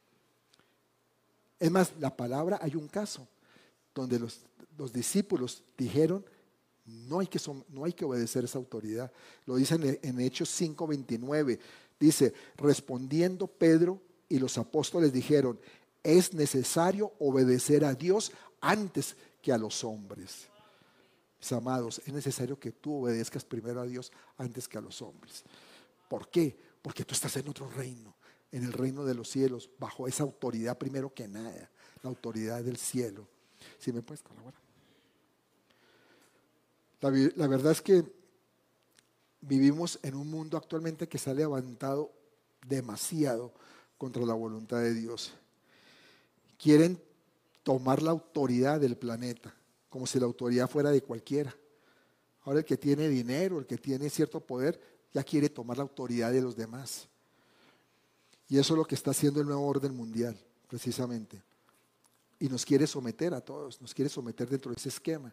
Es más, la palabra, hay un caso donde los, los discípulos dijeron, no hay, que, no hay que obedecer esa autoridad. Lo dicen en, en Hechos cinco veintinueve. Dice, respondiendo Pedro y los apóstoles dijeron, es necesario obedecer a Dios antes que a los hombres. Mis amados, es necesario que tú obedezcas primero a Dios antes que a los hombres. ¿Por qué? Porque tú estás en otro reino, en el reino de los cielos, bajo esa autoridad primero que nada, la autoridad del cielo. ¿Sí me puedes colaborar? La, la verdad es que vivimos en un mundo actualmente que se ha levantado demasiado contra la voluntad de Dios. Quieren tomar la autoridad del planeta, como si la autoridad fuera de cualquiera. Ahora el que tiene dinero, el que tiene cierto poder, ya quiere tomar la autoridad de los demás. Y eso es lo que está haciendo el nuevo orden mundial, precisamente. Y nos quiere someter a todos, nos quiere someter dentro de ese esquema.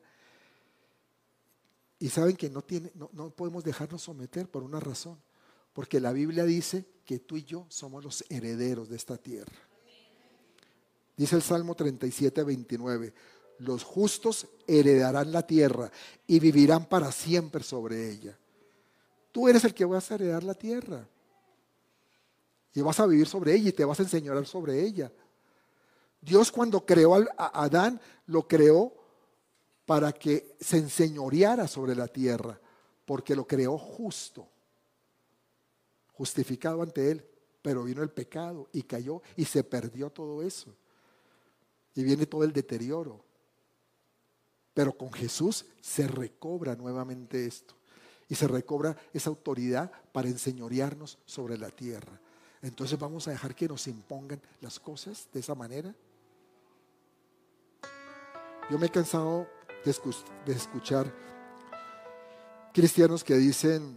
Y saben que no, tiene, no, no podemos dejarnos someter por una razón, porque la Biblia dice que tú y yo somos los herederos de esta tierra. Dice el Salmo treinta y siete, veintinueve, los justos heredarán la tierra y vivirán para siempre sobre ella. Tú eres el que vas a heredar la tierra y vas a vivir sobre ella y te vas a enseñorear sobre ella. Dios cuando creó a Adán, lo creó para que se enseñoreara sobre la tierra, porque lo creó justo, justificado ante él, pero vino el pecado y cayó y se perdió todo eso. Y viene todo el deterioro. Pero con Jesús se recobra nuevamente esto. Y se recobra esa autoridad para enseñorearnos sobre la tierra. Entonces vamos a dejar que nos impongan las cosas de esa manera. Yo me he cansado de, escu- de escuchar cristianos que dicen,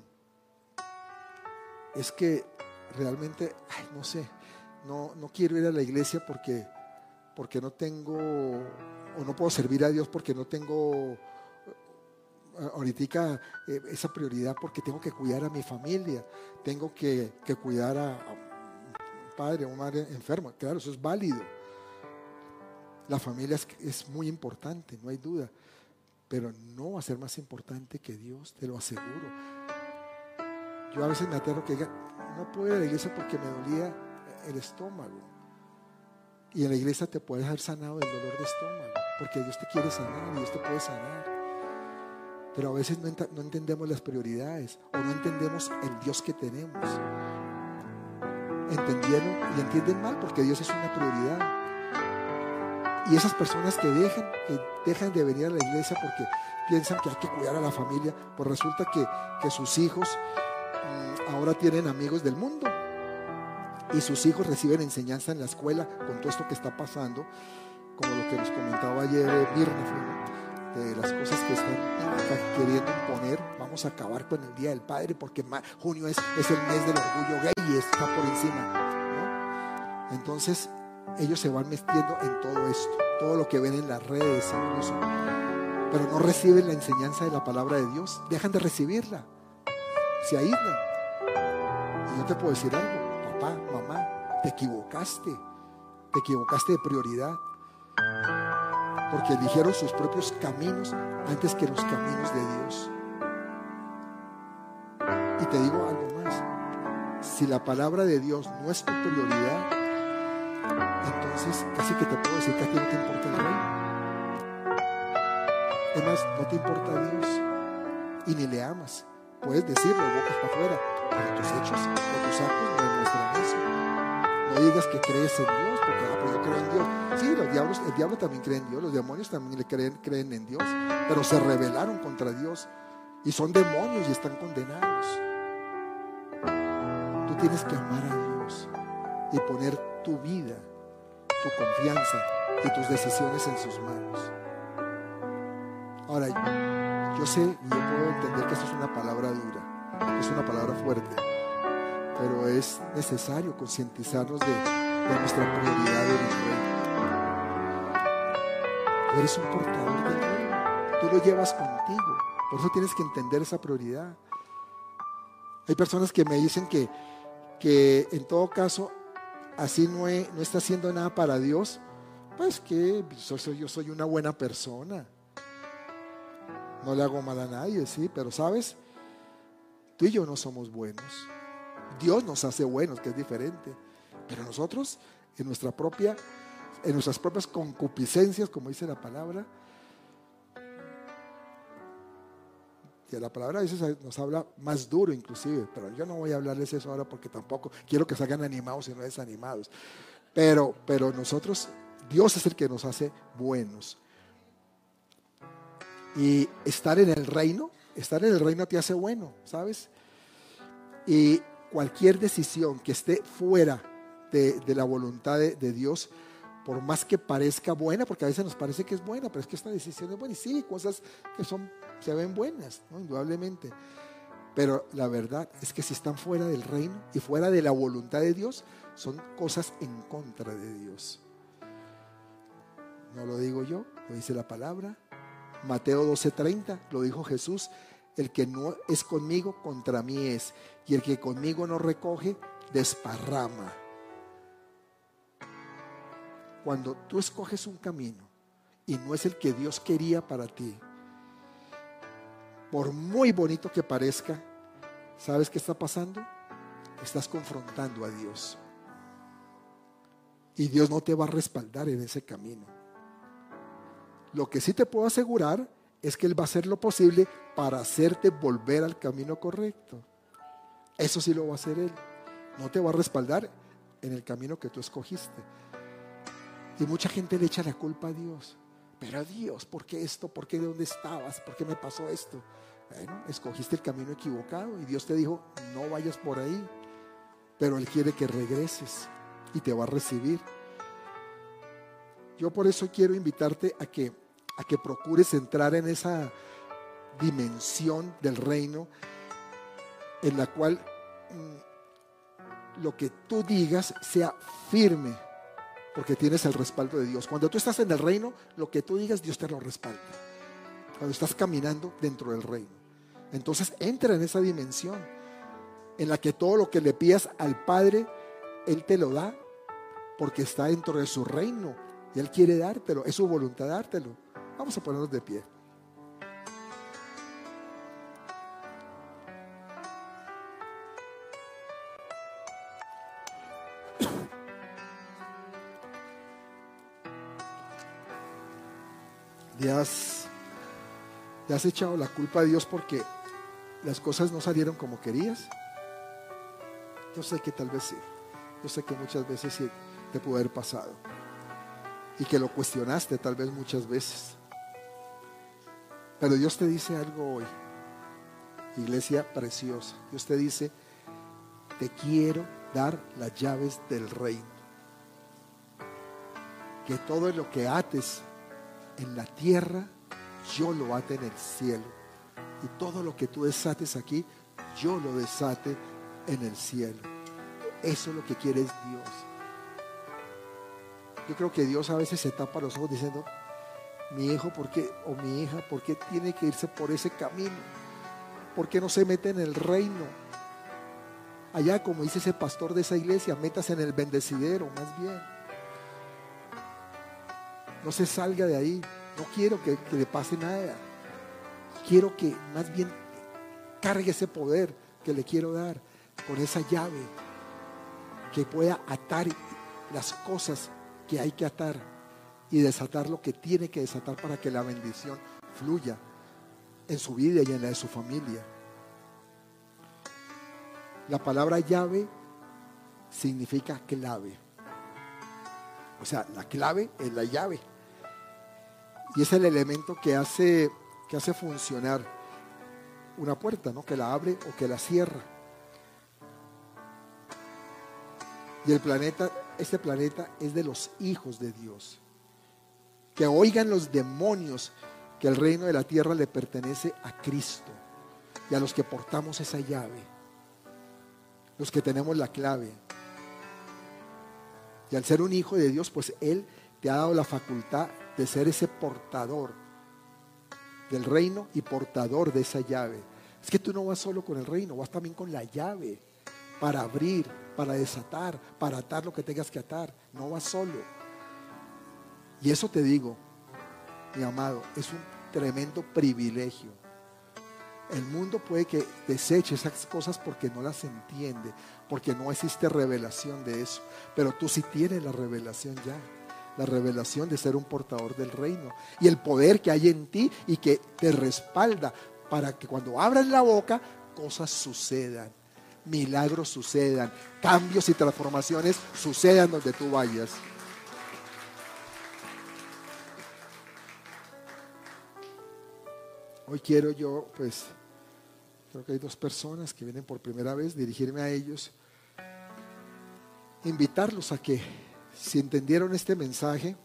es que realmente, ay, no sé, no, no quiero ir a la iglesia porque, porque no tengo, o no puedo servir a Dios porque no tengo ahorita eh, esa prioridad, porque tengo que cuidar a mi familia, tengo que, que cuidar a, a un padre o una madre enferma. Claro, eso es válido. La familia es, es muy importante, no hay duda, pero no va a ser más importante que Dios, te lo aseguro. Yo a veces me aterro que diga, no puedo ir a la iglesia porque me dolía el estómago. Y en la iglesia te puedes haber sanado del dolor de estómago, porque Dios te quiere sanar y Dios te puede sanar. Pero a veces no, ent- no entendemos las prioridades o no entendemos el Dios que tenemos. Entendieron y entienden mal porque Dios es una prioridad. Y esas personas que dejan, que dejan de venir a la iglesia porque piensan que hay que cuidar a la familia, pues resulta que, que sus hijos mmm, ahora tienen amigos del mundo y sus hijos reciben enseñanza en la escuela con todo esto que está pasando, como lo que nos comentaba ayer Mirna, ¿no? De las cosas que están queriendo imponer. Vamos a acabar con el Día del Padre porque ma- junio es, es el mes del orgullo gay y está por encima, ¿no? Entonces ellos se van metiendo en todo esto, todo lo que ven en las redes incluso, pero no reciben la enseñanza de la palabra de Dios, dejan de recibirla, se aíslan. Y yo te puedo decir algo, papá, mamá, te equivocaste, te equivocaste de prioridad, porque eligieron sus propios caminos antes que los caminos de Dios. Y te digo algo más: si la palabra de Dios no es tu prioridad, entonces casi que te puedo decir que a ti no te importa el reino. Además, no te importa Dios y ni le amas. Puedes decirlo bocas para afuera, pero tus hechos o tus actos no demuestran eso. No digas que crees en Dios, porque ah, pues yo creo en Dios. Sí, los diablos, el diablo también cree en Dios, los demonios también le creen, creen en Dios, pero se rebelaron contra Dios y son demonios y están condenados. Tú tienes que amar a Dios y poner tu vida, tu confianza y tus decisiones en sus manos. Ahora, yo sé y yo puedo entender que esto es una palabra dura, es una palabra fuerte, pero es necesario concientizarnos de, de nuestra prioridad en el reino. Tú eres un portador del reino, tú lo llevas contigo, por eso tienes que entender esa prioridad. Hay personas que me dicen que, que en todo caso, así no, he, no está haciendo nada para Dios, pues que yo soy, yo soy una buena persona. No le hago mal a nadie, sí, pero ¿sabes? Tú y yo no somos buenos. Dios nos hace buenos, que es diferente. Pero nosotros, en nuestra propia, en nuestras propias concupiscencias, como dice la palabra, que la palabra a veces nos habla más duro inclusive, pero yo no voy a hablarles eso ahora porque tampoco quiero que salgan animados y no desanimados. Pero, pero nosotros, Dios es el que nos hace buenos. Y estar en el reino, estar en el reino te hace bueno, ¿sabes? Y cualquier decisión que esté fuera de, de la voluntad de, de Dios, por más que parezca buena, porque a veces nos parece que es buena, pero es que esta decisión es buena, y sí, cosas que son, se ven buenas, ¿no? Indudablemente. Pero la verdad es que si están fuera del reino y fuera de la voluntad de Dios, son cosas en contra de Dios. No lo digo yo, lo dice la palabra. Mateo doce treinta, lo dijo Jesús: el que no es conmigo, contra mí es, y el que conmigo no recoge, desparrama. Cuando tú escoges un camino y no es el que Dios quería para ti, por muy bonito que parezca, ¿sabes qué está pasando? Estás confrontando a Dios, y Dios no te va a respaldar en ese camino. Lo que sí te puedo asegurar es que Él va a hacer lo posible para hacerte volver al camino correcto. Eso sí lo va a hacer Él. No te va a respaldar en el camino que tú escogiste. Y mucha gente le echa la culpa a Dios. Pero Dios, ¿por qué esto? ¿Por qué de dónde estabas? ¿Por qué me pasó esto? Bueno, escogiste el camino equivocado y Dios te dijo, no vayas por ahí. Pero Él quiere que regreses y te va a recibir. Yo por eso quiero invitarte a que, a que procures entrar en esa dimensión del reino en la cual mmm, lo que tú digas sea firme, porque tienes el respaldo de Dios. Cuando tú estás en el reino, lo que tú digas, Dios te lo respalda. Cuando estás caminando dentro del reino, entonces entra en esa dimensión en la que todo lo que le pidas al Padre, Él te lo da, porque está dentro de su reino y Él quiere dártelo, es su voluntad dártelo. Vamos a ponernos de pie. ¿Le has, le has echado la culpa a Dios porque las cosas no salieron como querías? Yo sé que tal vez sí. Yo sé que muchas veces sí te pudo haber pasado. Y que lo cuestionaste tal vez muchas veces. Pero Dios te dice algo hoy, iglesia preciosa. Dios te dice, te quiero dar las llaves del reino. Que todo lo que ates en la tierra, yo lo ate en el cielo. Y todo lo que tú desates aquí, yo lo desate en el cielo. Eso es lo que quiere Dios. Yo creo que Dios a veces se tapa los ojos diciendo, mi hijo, ¿por qué? O mi hija, ¿por qué tiene que irse por ese camino? ¿Por qué no se mete en el reino? Allá, como dice ese pastor de esa iglesia, métase en el bendecidero, más bien. no se salga de ahí. No quiero que, que le pase nada. Quiero que más bien cargue ese poder que le quiero dar con esa llave, que pueda atar las cosas que hay que atar y desatar lo que tiene que desatar para que la bendición fluya en su vida y en la de su familia. La palabra llave significa clave. O sea, la clave es la llave. Y es el elemento que hace, que hace funcionar una puerta, ¿no? Que la abre o que la cierra. Y el planeta, este planeta es de los hijos de Dios. Que oigan los demonios que el reino de la tierra le pertenece a Cristo y a los que portamos esa llave, los que tenemos la clave. Y al ser un hijo de Dios, pues Él te ha dado la facultad de ser ese portador del reino y portador de esa llave. Es que tú no vas solo con el reino, vas también con la llave para abrir, para desatar, para atar lo que tengas que atar. No vas solo. Y eso te digo, mi amado, es un tremendo privilegio. El mundo puede que deseche esas cosas porque no las entiende, porque no existe revelación de eso. Pero tú sí tienes la revelación ya, la revelación de ser un portador del reino y el poder que hay en ti y que te respalda para que cuando abras la boca cosas sucedan, milagros sucedan, cambios y transformaciones sucedan donde tú vayas. Hoy quiero yo, pues, creo que hay dos personas que vienen por primera vez, dirigirme a ellos, invitarlos a que, si entendieron este mensaje,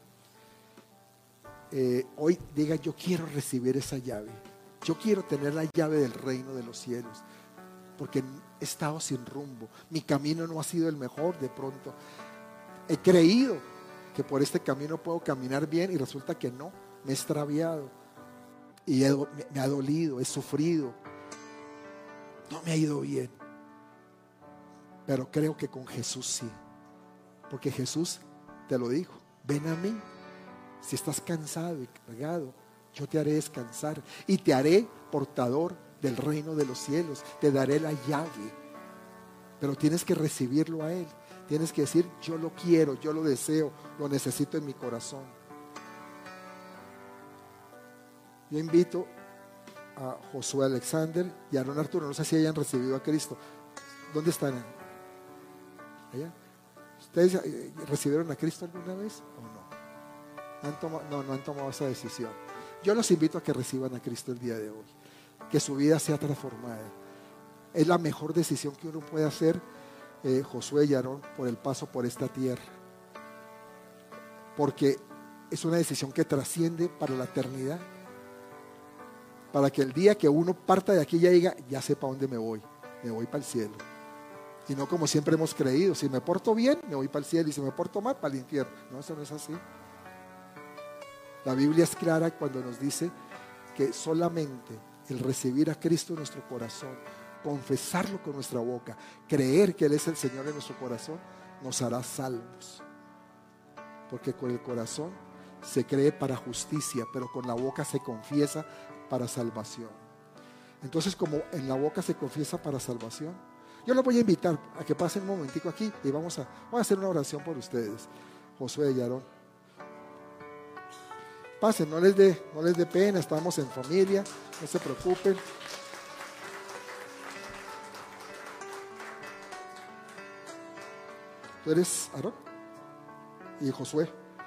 eh, hoy digan: yo quiero recibir esa llave, yo quiero tener la llave del reino de los cielos, porque he estado sin rumbo, mi camino no ha sido el mejor. De pronto he creído que por este camino puedo caminar bien y resulta que no, me he extraviado. Y he, me ha dolido, he sufrido, no me ha ido bien. Pero creo que con Jesús sí, porque Jesús te lo dijo: ven a mí, si estás cansado y cargado, yo te haré descansar y te haré portador del reino de los cielos, te daré la llave. Pero tienes que recibirlo a Él, tienes que decir: yo lo quiero, yo lo deseo, lo necesito en mi corazón. Yo invito a Josué Alexander y a Aaron Arturo, no sé si hayan recibido a Cristo. ¿Dónde están? ¿Allá? ¿Ustedes recibieron a Cristo alguna vez o no? ¿Han tomado? No, no han tomado esa decisión. Yo los invito a que reciban a Cristo el día de hoy, que su vida sea transformada. Es la mejor decisión que uno puede hacer, eh, Josué y Aarón, por el paso por esta tierra, porque es una decisión que trasciende para la eternidad, para que el día que uno parta de aquí ya diga: ya sé para dónde me voy, me voy para el cielo. Y no como siempre hemos creído: si me porto bien, me voy para el cielo, y si me porto mal, para el infierno. No, eso no es así. La Biblia es clara cuando nos dice que solamente el recibir a Cristo en nuestro corazón, confesarlo con nuestra boca, creer que Él es el Señor en nuestro corazón, nos hará salvos. Porque con el corazón se cree para justicia, pero con la boca se confiesa para salvación. Entonces, como en la boca se confiesa para salvación, yo los voy a invitar a que pasen un momentico aquí y vamos a, vamos a hacer una oración por ustedes. Josué y Aarón, pasen, no les dé no les dé pena, estamos en familia, no se preocupen. Tú eres Aarón y Josué.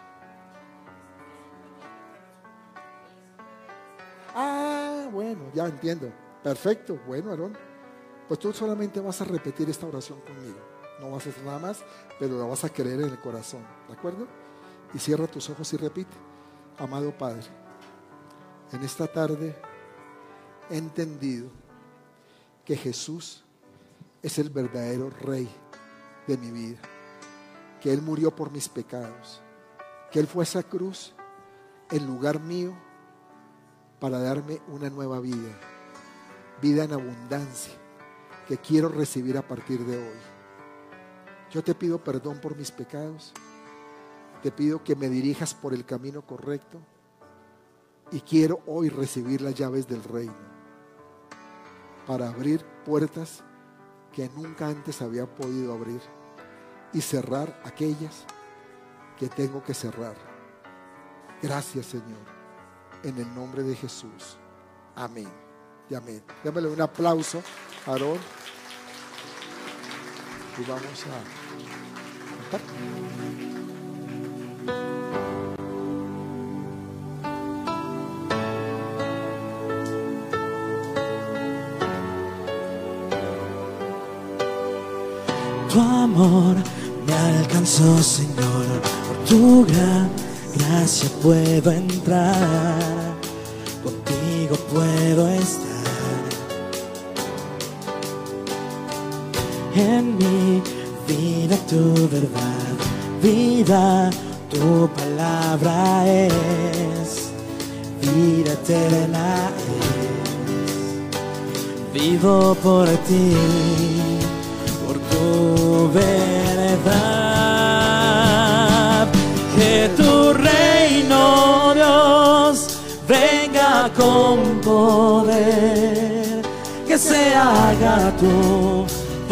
Ah, bueno, ya entiendo. Perfecto, bueno, Aarón, pues tú solamente vas a repetir esta oración conmigo. No vas a hacer nada más, pero la vas a creer en el corazón, ¿de acuerdo? Y cierra tus ojos y repite: amado Padre, en esta tarde he entendido que Jesús es el verdadero Rey de mi vida, que Él murió por mis pecados, que Él fue a esa cruz en lugar mío para darme una nueva vida, vida en abundancia, que quiero recibir a partir de hoy. Yo te pido perdón por mis pecados te pido que me dirijas por el camino correcto y quiero hoy recibir las llaves del reino para abrir puertas que nunca antes había podido abrir y cerrar aquellas que tengo que cerrar. Gracias, Señor, en el nombre de Jesús. Amén y amén. Démosle un aplauso a Aarón y vamos a cantar. Tu amor me alcanzó, Señor, por tu gran gracia puedo entrar, contigo puedo estar. En mi vida tu verdad, vida, tu palabra es, vida eterna es. Vivo por ti, tu verdad, que tu reino, Dios, venga con poder, que se haga tu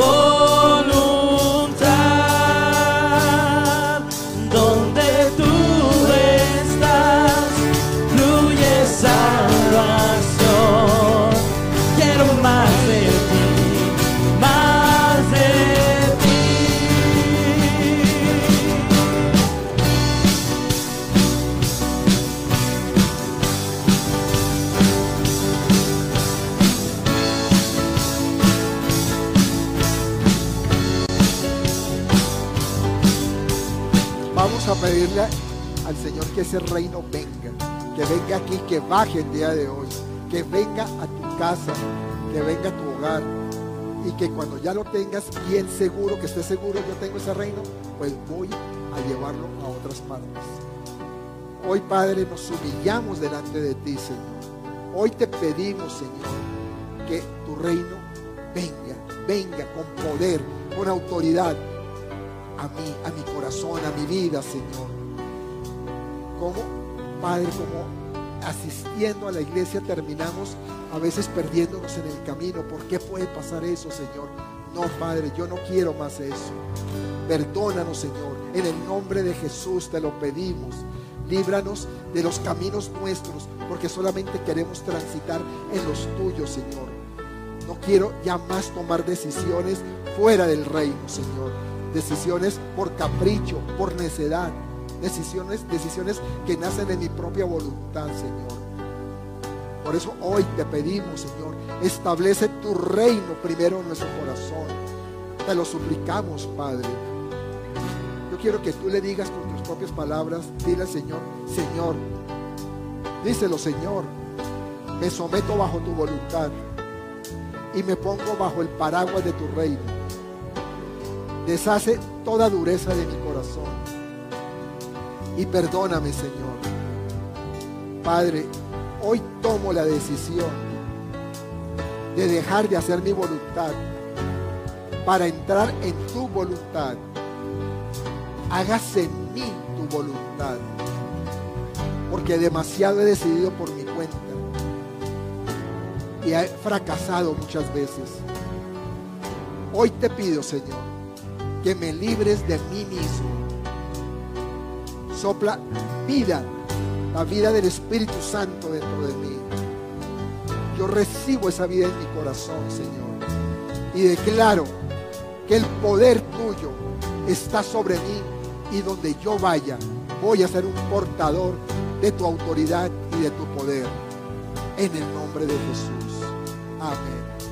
voluntad, donde tú estás, fluye salvación. Quiero más de ti, más de ti. Vamos a pedirle al Señor que ese reino venga, que venga aquí, que baje el día de hoy, que venga a tu casa, que venga a tu hogar, y que cuando ya lo tengas bien seguro, que estés seguro, yo tengo ese reino, pues voy a llevarlo a otras partes. Hoy, Padre, nos humillamos delante de ti, Señor. Hoy te pedimos, Señor, que tu reino venga, venga con poder, con autoridad a mí, a mi corazón, a mi vida, Señor. Como, Padre, como asistiendo a la iglesia terminamos a veces perdiéndonos en el camino. ¿Por qué puede pasar eso, Señor? No, Padre, yo no quiero más eso. Perdónanos, Señor. En el nombre de Jesús te lo pedimos. Líbranos de los caminos nuestros, porque solamente queremos transitar en los tuyos, Señor. No quiero ya más tomar decisiones fuera del reino, Señor. Decisiones por capricho, por necedad. Decisiones, decisiones que nacen de mi propia voluntad, Señor. Por eso hoy te pedimos, Señor, establece tu reino primero en nuestro corazón. Te lo suplicamos, Padre. Yo quiero que tú le digas con tus propias palabras, dile al Señor, Señor, díselo, Señor, me someto bajo tu voluntad y me pongo bajo el paraguas de tu reino. Deshace toda dureza de mi corazón y perdóname, Señor. Padre, hoy tomo la decisión de dejar de hacer mi voluntad para entrar en tu voluntad. Hágase en mí tu voluntad, porque demasiado he decidido por mi cuenta y he fracasado muchas veces. Hoy te pido, Señor, que me libres de mí mismo. Sopla vida, la vida del Espíritu Santo dentro de mí. Yo recibo esa vida en mi corazón, Señor, y declaro que el poder tuyo está sobre mí, y donde yo vaya voy a ser un portador de tu autoridad y de tu poder, en el nombre de Jesús. Amén.